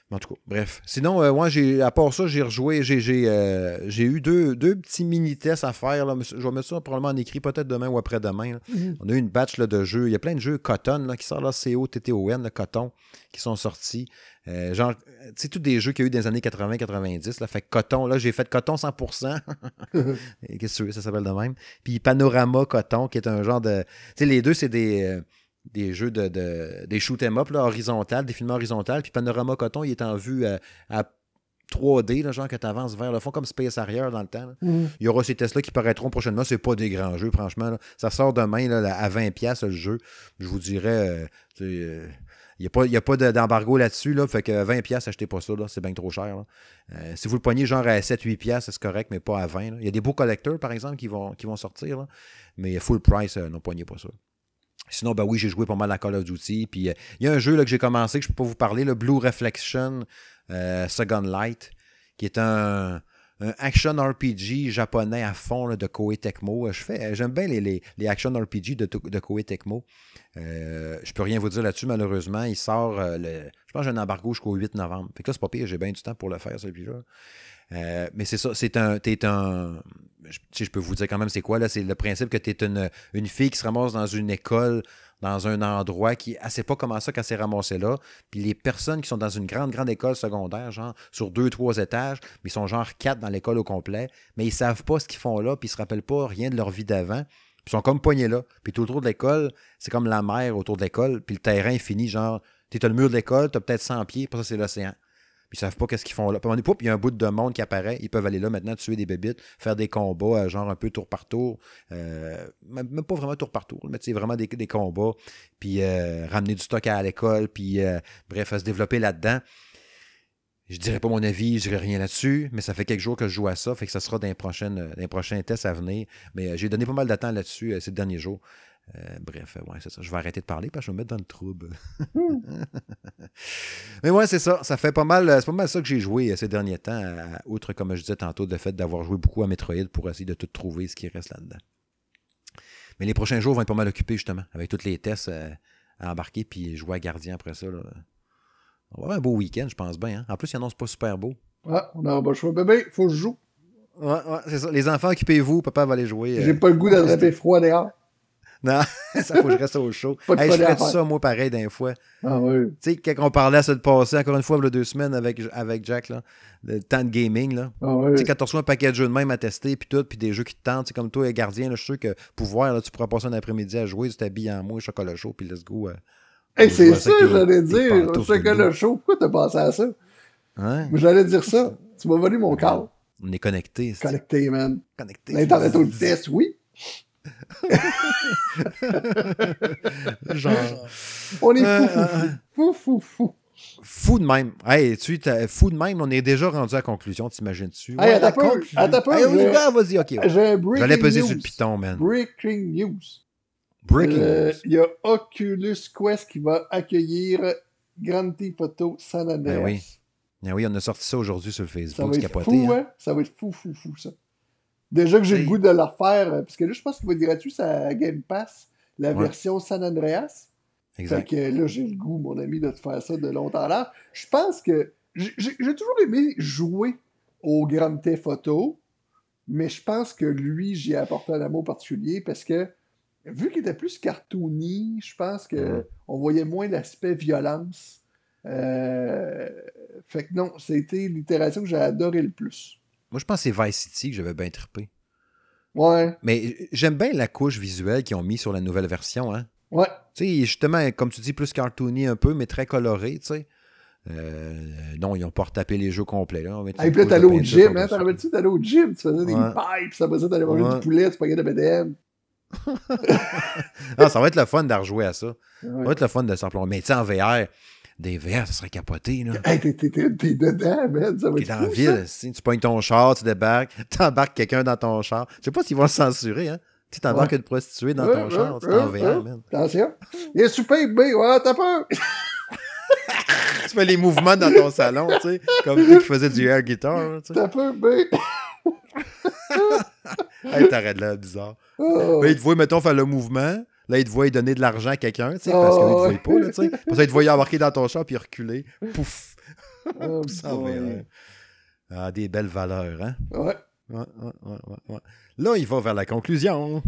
En tout cas, bref. Sinon, euh, moi, j'ai, à part ça, j'ai rejoué, j'ai, j'ai, euh, j'ai eu deux, deux petits mini-tests à faire. Là. Je vais mettre ça probablement en écrit peut-être demain ou après-demain. Là. Mhm. On a eu une batch là, de jeux. Il y a plein de jeux Cotton là, qui sortent là, C O T T O N, le Coton, qui sont sortis. Euh, genre, tu sais, tous des jeux qu'il y a eu dans les années quatre-vingts quatre-vingt-dix. Là, fait que Coton, là, j'ai fait Coton cent pour cent. Qu'est-ce que tu veux, ça s'appelle de même. Puis Panorama Coton, qui est un genre de... Tu sais, les deux, c'est des... Euh, des jeux de, de des shoot 'em up là, horizontal, des films horizontaux, puis Panorama Coton, il est en vue à, à trois D, là, genre que tu avances vers le fond, comme Space Harrier dans le temps. Mm. Il y aura ces tests-là qui paraîtront prochainement. C'est pas des grands jeux, franchement. Là. Ça sort demain là, à vingt dollars le jeu. Je vous dirais, euh, euh, il n'y a pas, y a pas de, d'embargo là-dessus, là, fait que vingt dollars, achetez pas ça, là, c'est bien trop cher. Là. Euh, si vous le pognez genre à sept huit dollars, c'est correct, mais pas à vingt. Il y a des beaux collecteurs, par exemple, qui vont, qui vont sortir, là, mais full price, euh, non, pognez pas ça. Sinon, ben oui, j'ai joué pas mal à Call of Duty. Puis il euh, y a un jeu là, que j'ai commencé que je peux pas vous parler, le Blue Reflection euh, Second Light, qui est un, un action R P G japonais à fond là, de Koei Tecmo. Je fais, j'aime bien les, les, les action R P G de, de Koei Tecmo. Euh, je peux rien vous dire là-dessus, malheureusement. Il sort, euh, le, je pense que j'ai un embargo jusqu'au huit novembre. Fait que là, c'est pas pire, j'ai bien du temps pour le faire, celui-là. Euh, mais c'est ça, c'est un. T'es un. Je, tu sais, je peux vous dire quand même c'est quoi, là. C'est le principe que tu es une, une fille qui se ramasse dans une école, dans un endroit qui. Elle sait pas comment ça qu'elle s'est ramassée là. Puis les personnes qui sont dans une grande, grande école secondaire, genre, sur deux, trois étages, mais ils sont genre quatre dans l'école au complet, mais ils savent pas ce qu'ils font là, puis ils se rappellent pas rien de leur vie d'avant. Puis ils sont comme poignés là. Puis tout autour de l'école, c'est comme la mer autour de l'école, puis le terrain est fini, genre, tu as le mur de l'école, tu as peut-être cent pieds, puis ça, c'est l'océan. Puis ils savent pas qu'est-ce qu'ils font là. Puis il y a un bout de monde qui apparaît. Ils peuvent aller là maintenant, tuer des bébites, faire des combats, genre un peu tour par tour. Euh, même pas vraiment tour par tour, mais c'est vraiment des, des combats. Puis euh, ramener du stock à l'école. Puis euh, bref, à se développer là-dedans. Je dirais pas mon avis, je dirais rien là-dessus, mais ça fait quelques jours que je joue à ça. Fait que ça sera dans les, prochaines, dans les prochains tests à venir. Mais euh, j'ai donné pas mal de temps là-dessus euh, ces derniers jours. Euh, bref, ouais, c'est ça. Je vais arrêter de parler parce que je vais me mettre dans le trouble. Mais ouais, c'est ça. Ça fait pas mal. C'est pas mal ça que j'ai joué ces derniers temps. À, outre, comme je disais tantôt, le fait d'avoir joué beaucoup à Metroid pour essayer de tout trouver ce qui reste là-dedans. Mais les prochains jours vont être pas mal occupés, justement, avec tous les tests euh, à embarquer puis jouer à Gardien après ça. Là. On va avoir un beau week-end, je pense bien. Hein? En plus, il annonce pas super beau. Ah, on n'aura pas le choix. Bébé, faut que je joue. Ouais, ouais, c'est ça. Les enfants, occupez-vous. Papa va aller jouer. J'ai euh, pas le goût d'attraper froid dehors. Non, ça faut que je reste au chaud. Hey, je ferais ça, moi, pareil, d'un fois. Ah oui. Tu sais, quand on parlait à ça de passer, encore une fois, il y a deux semaines avec, avec Jack, là, le temps de gaming, là. Ah oui. Tu sais, quand tu reçois un paquet de jeux de même à tester, puis tout, puis des jeux qui te tentent, comme toi, Gardien, là, je suis sûr que pouvoir, là, tu pourras passer un après-midi à jouer, tu t'habilles en mouille, chocolat chaud, puis let's go. Euh, hey, c'est ça que j'allais dire, chocolat chaud. Pourquoi t'as pensé à ça? Hein? J'allais dire ça. Tu m'as volé mon corps. On est connectés. Connecté, man. Connecté. L'Internet au test, oui. Genre. On est fou, fou, fou, fou, fou, fou. Fou de même. Hey, tu es fou de même, on est déjà rendu à la conclusion, t'imagines-tu? Hey, ouais, attends un peu. Attends peu. Hey, gars, vas-y, ok. Ouais. J'ai un breaking J'allais peser news. sur le piton, man. Breaking news. Breaking euh, news. Il y a Oculus Quest qui va accueillir Grand Theft Auto San Andreas. Ben oui. Ben oui, on a sorti ça aujourd'hui sur Facebook. Ça va être capoté, fou, hein? hein? Ça va être fou, fou, fou, ça. Déjà que j'ai le goût de le refaire, parce que là, je pense qu'il va être gratuit sur Game Pass, la ouais. version San Andreas. Exact. Fait que là, j'ai le goût, mon ami, de te faire ça de longtemps là. Je pense que j'ai, j'ai toujours aimé jouer au Grand Theft Auto, mais je pense que lui, j'y ai apporté un amour particulier parce que, vu qu'il était plus cartoony, je pense qu'on mm. voyait moins l'aspect violence. Euh... Fait que non, c'était l'itération que j'ai adoré le plus. Moi, je pense que c'est Vice City que j'avais bien trippé. Ouais. Mais j'aime bien la couche visuelle qu'ils ont mis sur la nouvelle version, hein. Ouais. Tu sais, justement, comme tu dis, plus cartoony un peu, mais très coloré, tu sais. Euh, non, ils n'ont pas retapé les jeux complets, là. Et puis là, t'allais au gym, hein. T'en rappelles-tu, t'allais au gym, tu faisais des ouais. pipes, ça faisait, t'allais manger ouais. du poulet, tu payais de B D M. Ah, ça va être le fun de rejouer à ça. Ouais. Ça va être le fun de s'en plonger. Mais tu sais, en V R, des V R, ça serait capoté, là. Hey, t'es, t'es, t'es, t'es dedans, man. Ça va être dans fou, la ville, si tu pognes ton char, tu débarques, t'embarques quelqu'un dans ton char. Je sais pas s'ils vont le censurer, hein. Tu t'embarques ouais. une prostituée dans ouais, ton ouais, char, tu ouais, es en V R, ouais. man. Attention. Il est super B, ouais, t'as peur. Tu fais les mouvements dans ton salon, tu sais, comme tu qui faisais du air guitar, tu sais. T'as peur, B. Hey, t'arrêtes là, bizarre. Oh. Là, il te voit, mettons, faire le mouvement. Là, il te voit donner de l'argent à quelqu'un, tu sais, parce oh, qu'il te voit pas, là, tu sais. Parce qu'il te voit embarquer dans ton char puis reculer. Pouf. Oh, cent vingt heures. Ah, des belles valeurs, hein? Ouais. Ouais, ouais, ouais, ouais, ouais. Là, il va vers la conclusion.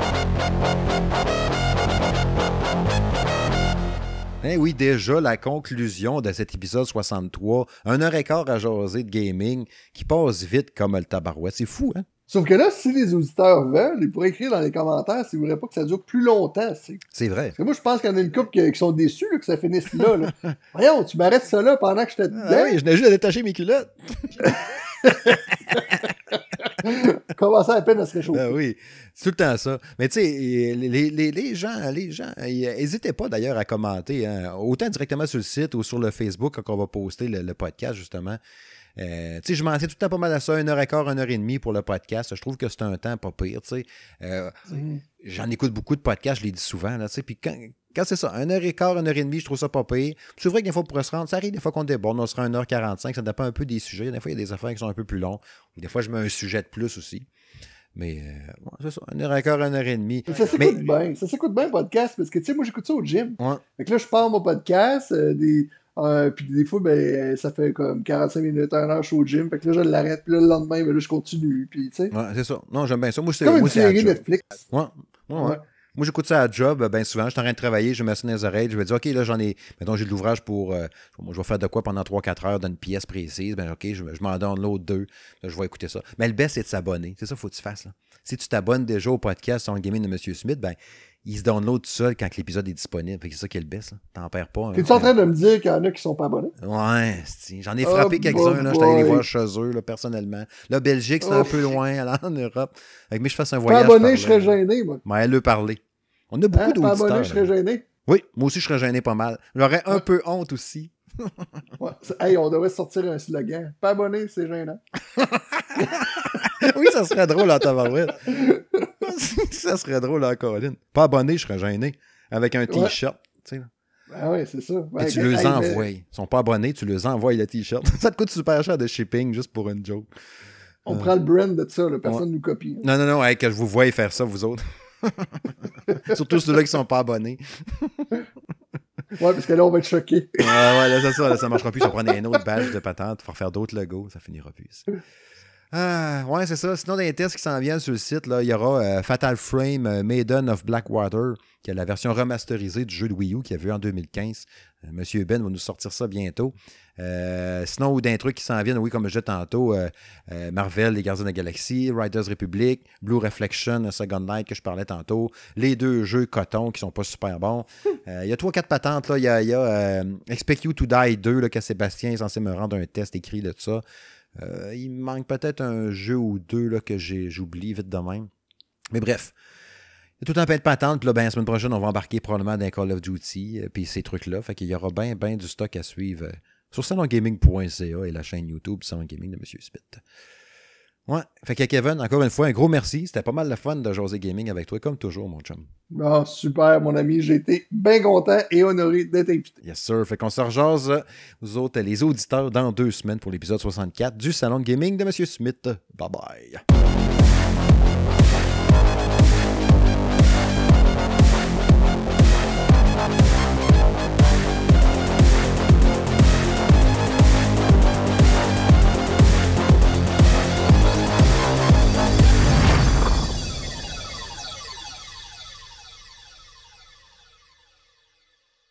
Eh oui, déjà la conclusion de cet épisode soixante-trois. Un heure et quart à jaser de gaming qui passe vite comme le tabarouette. C'est fou, hein? Sauf que là, si les auditeurs veulent, ils pourraient écrire dans les commentaires s'ils ne voudraient pas que ça dure plus longtemps. C'est, c'est vrai. Parce que moi, je pense qu'il y en a une couple qui, qui sont déçus là, que ça finisse là. là. Voyons, tu m'arrêtes ça là pendant que je te dedans. Ah oui, je n'ai juste à détacher mes culottes. Commencer à peine à se réchauffer. Ah oui, c'est tout le temps ça. Mais tu sais, les, les, les gens, les gens, n'hésitez pas d'ailleurs à commenter, hein, autant directement sur le site ou sur le Facebook quand on va poster le, le podcast, justement. Euh, tu sais, je m'en sais tout le temps pas mal à ça, une heure et quart, une heure et demie pour le podcast. Je trouve que c'est un temps pas pire, tu sais. Euh, mm. J'en écoute beaucoup de podcasts, je l'ai dit souvent, là, tu sais. Puis quand, quand c'est ça, une heure et quart, une heure et demie, je trouve ça pas pire. C'est vrai qu'il faut pour se rendre, ça arrive des fois qu'on déborde, on sera une heure quarante-cinq, ça dépend un peu des sujets. Des fois, il y a des affaires qui sont un peu plus longues. Des fois, je mets un sujet de plus aussi. Mais euh, ouais, c'est ça, une heure et quart, une heure et demie. Ça s'écoute Mais... bien, ça s'écoute bien, podcast, parce que, tu sais, moi, j'écoute ça au gym. Ouais. Fait que là, je pars mon podcast, euh, des... Euh, puis des fois, ben, ça fait comme quarante-cinq minutes, un heure, je suis au gym. Fait que là, je l'arrête. Puis là, le lendemain, ben, là, je continue. Puis, tu sais. Ouais, c'est ça. Non, j'aime bien ça. Moi, c'est comme moi, une série Netflix. Ouais. Ouais, ouais. ouais. Moi, j'écoute ça à job, bien souvent. Je suis en train de travailler, je mets ça dans les oreilles. Je vais dire, OK, là, j'en ai. Mettons, j'ai de l'ouvrage pour. Euh, moi, je vais faire de quoi pendant trois quatre heures dans une pièce précise. Ben, OK, je, je m'en donne l'autre deux. Là, je vais écouter ça. Mais le best, c'est de s'abonner. C'est ça qu'il faut que tu fasses. Là. Si tu t'abonnes déjà au podcast sur le gaming de M. Smith, ben, il se download tout seul quand l'épisode est disponible. Fait que c'est ça qui est le best. Là. T'en perds pas. T'es-tu hein, en train de me dire qu'il y en a qui sont pas abonnés? Ouais, c'est... j'en ai frappé oh, quelques-uns. Là, je suis allé les voir chez eux, là, personnellement. Là, Belgique, c'est oh, un peu loin, là, en Europe. Fait que, mais je fasse un voyage. Pas abonné, je serais gêné, moi. Mais elle le parler. On a beaucoup hein, d'auditeurs. Pas abonné, je serais gêné. Oui, moi aussi, je serais gêné pas mal. J'aurais un ouais. peu honte aussi. Ouais. Hey, on devrait sortir un slogan. Pas abonné, c'est gênant. Oui, ça serait drôle en tabarouette. Ça serait drôle en Colline. Pas abonné, je serais gêné. Avec un t-shirt. Ouais. Tu sais. Ben oui, c'est ça. Et tu les envoies. Ils sont pas abonnés, tu les envoies le t-shirt. Ça te coûte super cher de shipping juste pour une joke. On euh... prend le brand de ça, là. Personne ne ouais. nous copie. Non, non, non, hey, que je vous voie faire ça, vous autres. Surtout ceux-là qui sont pas abonnés. Ouais, parce que là, on va être choqués. Ouais, ouais, là, c'est ça. Là, ça marchera plus. Ça va prendre un autre badge de patente pour faire d'autres logos. Ça finira plus. Ah, ouais, c'est ça. Sinon, dans les tests qui s'en viennent sur le site, là, il y aura euh, Fatal Frame, euh, Maiden of Blackwater, qui est la version remasterisée du jeu de Wii U qu'il y a vu en deux mille quinze. Euh, Monsieur Ben va nous sortir ça bientôt. Euh, sinon, ou d'un truc qui s'en viennent, oui, comme je disais tantôt, euh, euh, Marvel, les Gardiens de la Galaxie, Riders Republic, Blue Reflection, Second Night que je parlais tantôt, les deux jeux coton qui sont pas super bons. Il euh, y a trois quatre patentes, là. Il y a, y a euh, Expect You to Die deux, là, que Sébastien est censé me rendre un test écrit de ça. Euh, il me manque peut-être un jeu ou deux là, que j'ai, j'oublie vite de même. Mais bref, il y a tout un peu de patente. Puis là, ben, la semaine prochaine, on va embarquer probablement dans Call of Duty. Euh, puis ces trucs-là. Fait qu'il y aura bien ben du stock à suivre euh, sur salon gaming point c a et la chaîne YouTube Salon Gaming de M. Smith. Ouais. Fait que Kevin, encore une fois, un gros merci. C'était pas mal le fun de jaser gaming avec toi, comme toujours, mon chum. Oh, super, mon ami. J'ai été bien content et honoré d'être invité. Yes, sir. Fait qu'on se rejase, vous autres, les auditeurs, dans deux semaines pour l'épisode soixante-quatre du Salon de Gaming de M. Smith. Bye bye.